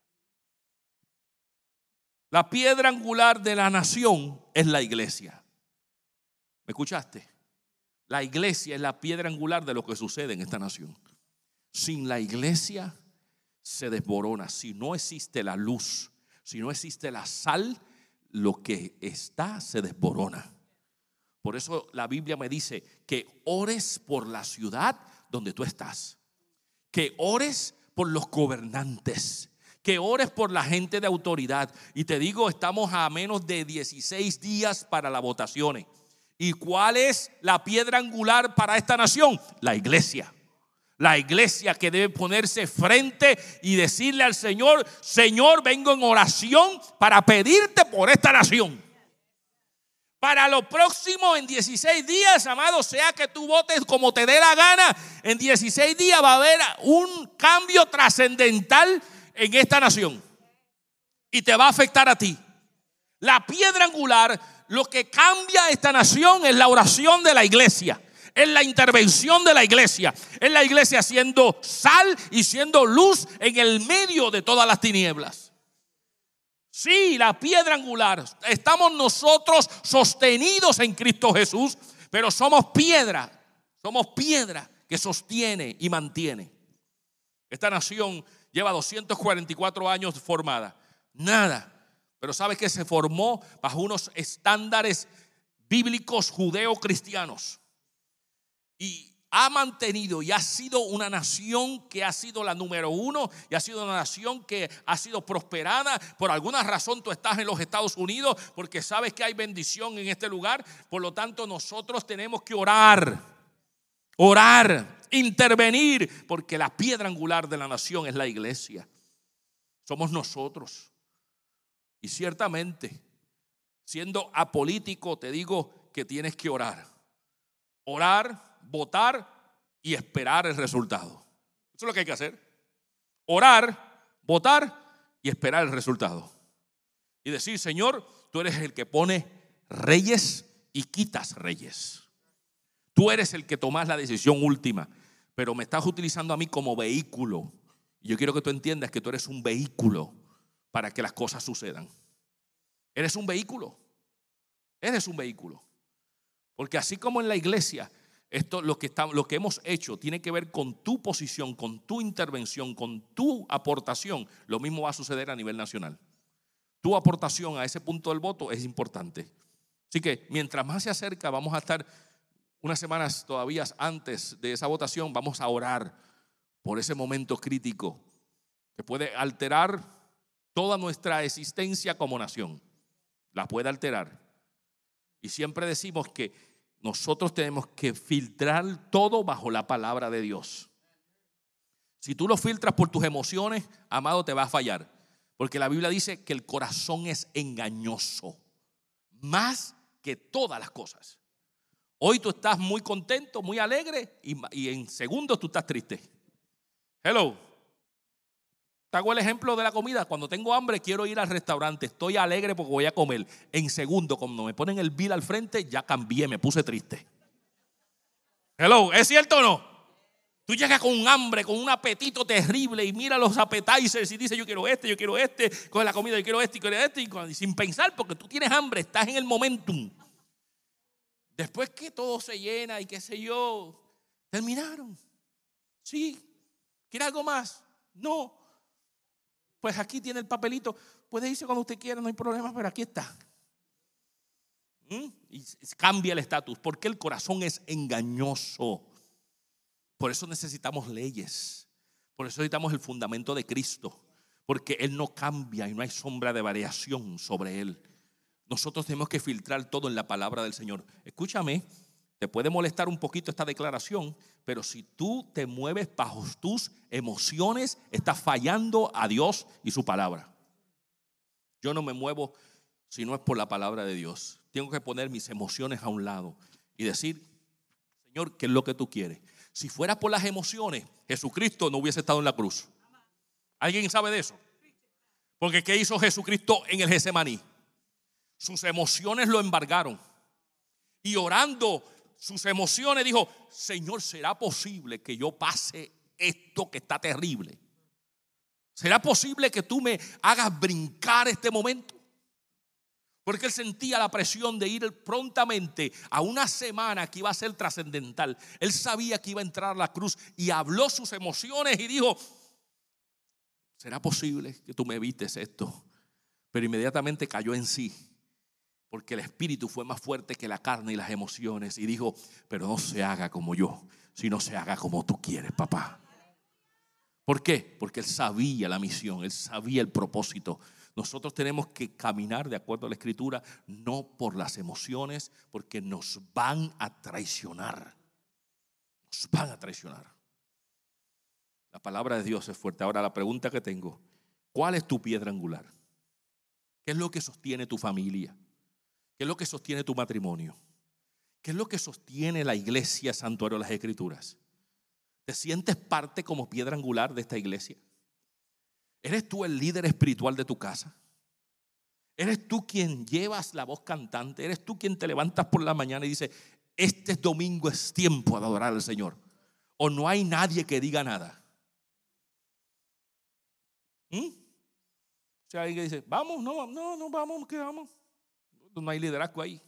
La piedra angular de la nación es la iglesia. ¿Me escuchaste? La iglesia es la piedra angular de lo que sucede en esta nación. Sin la iglesia se desborona. Si no existe la luz, si no existe la sal, lo que está se desborona. Por eso la Biblia me dice que ores por la ciudad donde tú estás, que ores por los gobernantes, que ores por la gente de autoridad. Y te digo, estamos a menos de 16 días para las votaciones. ¿Y cuál es la piedra angular para esta nación? La iglesia. La iglesia que debe ponerse frente y decirle al Señor: Señor, vengo en oración para pedirte por esta nación. Para lo próximo, en 16 días, amado, sea que tú votes como te dé la gana, en 16 días va a haber un cambio trascendental en esta nación. Y te va a afectar a ti. La piedra angular, lo que cambia esta nación es la oración de la iglesia. Es la intervención de la iglesia. Es la iglesia siendo sal y siendo luz en el medio de todas las tinieblas. Sí, la piedra angular. Estamos nosotros sostenidos en Cristo Jesús, pero somos piedra. Somos piedra que sostiene y mantiene. Esta nación lleva 244 años formada. Nada. Pero ¿sabes qué? Se formó bajo unos estándares bíblicos judeo-cristianos. Y ha mantenido y ha sido una nación que ha sido la número 1 y ha sido una nación que ha sido prosperada. Por alguna razón tú estás en los Estados Unidos porque sabes que hay bendición en este lugar. Por lo tanto, nosotros tenemos que orar, intervenir, porque la piedra angular de la nación es la iglesia. Somos nosotros. Y ciertamente, siendo apolítico, te digo que tienes que orar, votar y esperar el resultado. Eso es lo que hay que hacer. Orar, votar y esperar el resultado. Y decir: Señor, tú eres el que pone reyes y quitas reyes. Tú eres el que tomas la decisión última, pero me estás utilizando a mí como vehículo. Y yo quiero que tú entiendas que tú eres un vehículo para que las cosas sucedan. Eres un vehículo. Eres un vehículo. Porque así como en la iglesia, esto lo que hemos hecho tiene que ver con tu posición, con tu intervención, con tu aportación. Lo mismo va a suceder a nivel nacional. Tu aportación a ese punto del voto es importante. Así que mientras más se acerca, vamos a estar unas semanas todavía antes de esa votación, vamos a orar por ese momento crítico que puede alterar toda nuestra existencia como nación. La puede alterar. Y siempre decimos que nosotros tenemos que filtrar todo bajo la palabra de Dios. Si tú lo filtras por tus emociones, amado, te va a fallar. Porque la Biblia dice que el corazón es engañoso, más que todas las cosas. Hoy tú estás muy contento, muy alegre, y en segundos tú estás triste. Hello. Te hago el ejemplo de la comida. Cuando tengo hambre quiero ir al restaurante. Estoy alegre porque voy a comer. En segundo, cuando me ponen el bill al frente, ya cambié, me puse triste. Hello, ¿es cierto o no? Tú llegas con un hambre, con un apetito terrible y mira los appetizers y dices: yo quiero este, coge la comida, yo quiero este, y sin pensar, porque tú tienes hambre, estás en el momentum. Después que todo se llena y qué sé yo, terminaron. Sí, ¿quiere algo más? No. Pues aquí tiene el papelito. Puede irse cuando usted quiera, no hay problema, pero aquí está. Y cambia el estatus, porque el corazón es engañoso. Por eso necesitamos leyes. Por eso necesitamos el fundamento de Cristo, porque Él no cambia y no hay sombra de variación sobre Él. Nosotros tenemos que filtrar todo en la palabra del Señor. Escúchame, te puede molestar un poquito esta declaración, pero si tú te mueves bajo tus emociones, estás fallando a Dios y su palabra. Yo no me muevo si no es por la palabra de Dios. Tengo que poner mis emociones a un lado y decir: Señor, ¿qué es lo que tú quieres? Si fuera por las emociones, Jesucristo no hubiese estado en la cruz. ¿Alguien sabe de eso? Porque ¿qué hizo Jesucristo en el Getsemaní? Sus emociones lo embargaron. Y orando sus emociones dijo: Señor, ¿será posible que yo pase esto que está terrible? ¿Será posible que tú me hagas brincar este momento? Porque él sentía la presión de ir prontamente a una semana que iba a ser trascendental. Él sabía que iba a entrar a la cruz y habló sus emociones y dijo: ¿será posible que tú me evites esto? Pero inmediatamente cayó en sí, porque el espíritu fue más fuerte que la carne y las emociones, y dijo: pero no se haga como yo, sino se haga como tú quieres, papá. ¿Por qué? Porque él sabía la misión, él sabía el propósito. Nosotros tenemos que caminar de acuerdo a la Escritura, no por las emociones, porque nos van a traicionar. Nos van a traicionar. La palabra de Dios es fuerte. Ahora la pregunta que tengo: ¿cuál es tu piedra angular? ¿Qué es lo que sostiene tu familia? ¿Qué es lo que sostiene tu matrimonio? ¿Qué es lo que sostiene la iglesia Santuario de las Escrituras? ¿Te sientes parte como piedra angular de esta iglesia? ¿Eres tú el líder espiritual de tu casa? ¿Eres tú quien llevas la voz cantante? ¿Eres tú quien te levantas por la mañana y dices: este domingo es tiempo de adorar al Señor? ¿O no hay nadie que diga nada? O sea, alguien dice: vamos, no vamos, ¿qué vamos? No hay liderazgo ahí.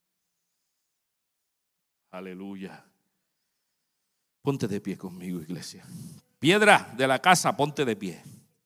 Aleluya. Ponte de pie conmigo, iglesia. Piedra de la casa, ponte de pie.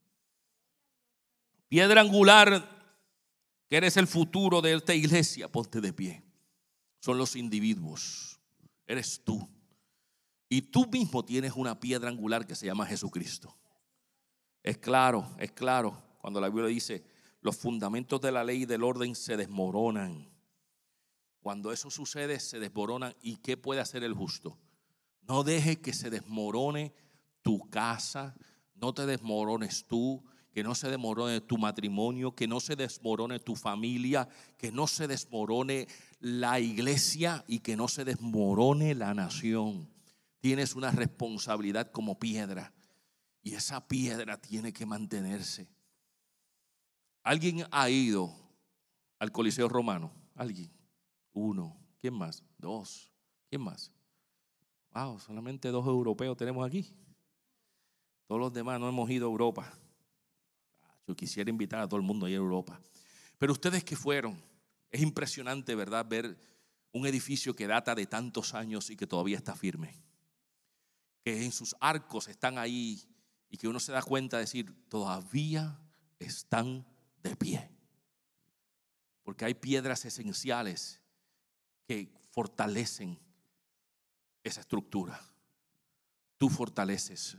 Piedra angular, que eres el futuro de esta iglesia, ponte de pie. Son los individuos. Eres tú. Y tú mismo tienes una piedra angular que se llama Jesucristo. Es claro cuando la Biblia dice: los fundamentos de la ley y del orden se desmoronan. Cuando eso sucede, se desmoronan. ¿Y qué puede hacer el justo? No dejes que se desmorone tu casa, no te desmorones tú, que no se desmorone tu matrimonio, que no se desmorone tu familia, que no se desmorone la iglesia y que no se desmorone la nación. Tienes una responsabilidad como piedra y esa piedra tiene que mantenerse. ¿Alguien ha ido al Coliseo Romano? ¿Alguien? 1. ¿Quién más? 2. ¿Quién más? Wow, solamente 2 europeos tenemos aquí. Todos los demás no hemos ido a Europa. Yo quisiera invitar a todo el mundo a ir a Europa. Pero ustedes que fueron, es impresionante, ¿verdad?, ver un edificio que data de tantos años y que todavía está firme. Que en sus arcos están ahí y que uno se da cuenta de decir: todavía están de pie. Porque hay piedras esenciales que fortalecen esa estructura. Tú fortaleces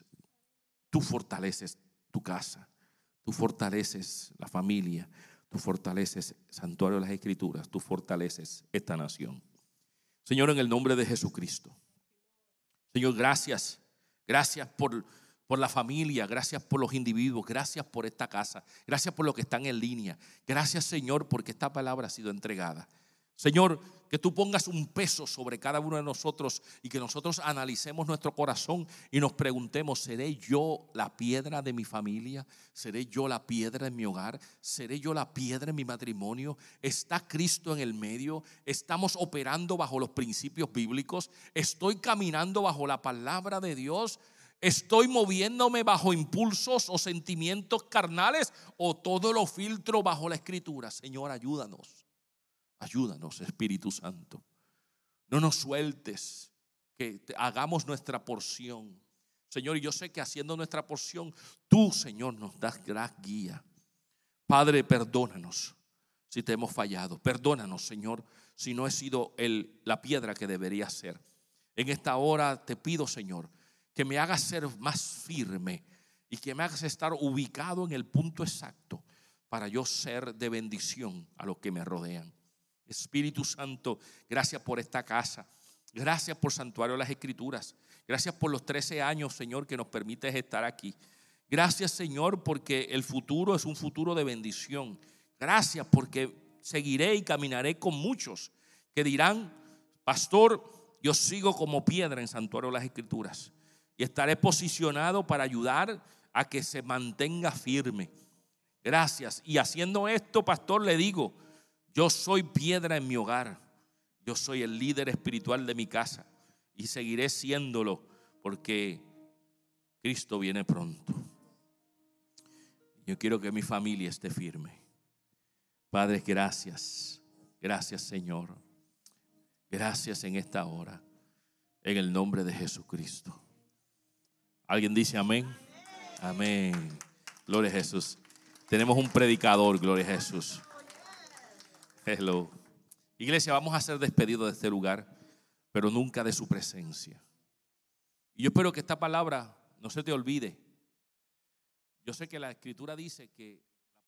tu casa, tú fortaleces la familia, tú fortaleces Santuario de las Escrituras, tú fortaleces esta nación. Señor, en el nombre de Jesucristo, Señor, gracias por la familia, gracias por los individuos, gracias por esta casa, gracias por los que están en línea. Gracias, Señor, porque esta palabra ha sido entregada. Señor, que tú pongas un peso sobre cada uno de nosotros y que nosotros analicemos nuestro corazón y nos preguntemos: ¿seré yo la piedra de mi familia? ¿Seré yo la piedra en mi hogar? ¿Seré yo la piedra en mi matrimonio? ¿Está Cristo en el medio? ¿Estamos operando bajo los principios bíblicos? ¿Estoy caminando bajo la palabra de Dios? ¿Estoy moviéndome bajo impulsos o sentimientos carnales o todo lo filtro bajo la Escritura? Señor, ayúdanos. Ayúdanos, Espíritu Santo. No nos sueltes, que hagamos nuestra porción. Señor, y yo sé que haciendo nuestra porción, tú, Señor, nos das gran guía. Padre, perdónanos si te hemos fallado. Perdónanos, Señor, si no he sido la piedra que debería ser. En esta hora te pido, Señor, que me hagas ser más firme y que me hagas estar ubicado en el punto exacto para yo ser de bendición a los que me rodean. Espíritu Santo, gracias por esta casa. Gracias por Santuario de las Escrituras. Gracias por los 13 años, Señor, que nos permites estar aquí. Gracias, Señor, porque el futuro es un futuro de bendición. Gracias porque seguiré y caminaré con muchos que dirán: pastor, yo sigo como piedra en Santuario de las Escrituras y estaré posicionado para ayudar a que se mantenga firme. Gracias. Y haciendo esto, pastor, le digo: yo soy piedra en mi hogar. Yo soy el líder espiritual de mi casa y seguiré siéndolo porque Cristo viene pronto. Yo quiero que mi familia esté firme. Padre, gracias. Gracias, Señor. Gracias en esta hora. En el nombre de Jesucristo. ¿Alguien dice amén? Amén. Gloria a Jesús. Tenemos un predicador, gloria a Jesús. Hello. Iglesia, vamos a ser despedidos de este lugar, pero nunca de su presencia. Y yo espero que esta palabra no se te olvide. Yo sé que la Escritura dice que...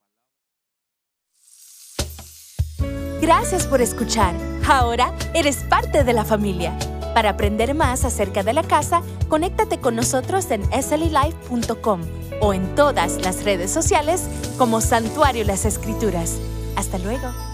Gracias por escuchar. Ahora eres parte de la familia. Para aprender más acerca de la casa, conéctate con nosotros en sllife.com o en todas las redes sociales como Santuario Las Escrituras. Hasta luego.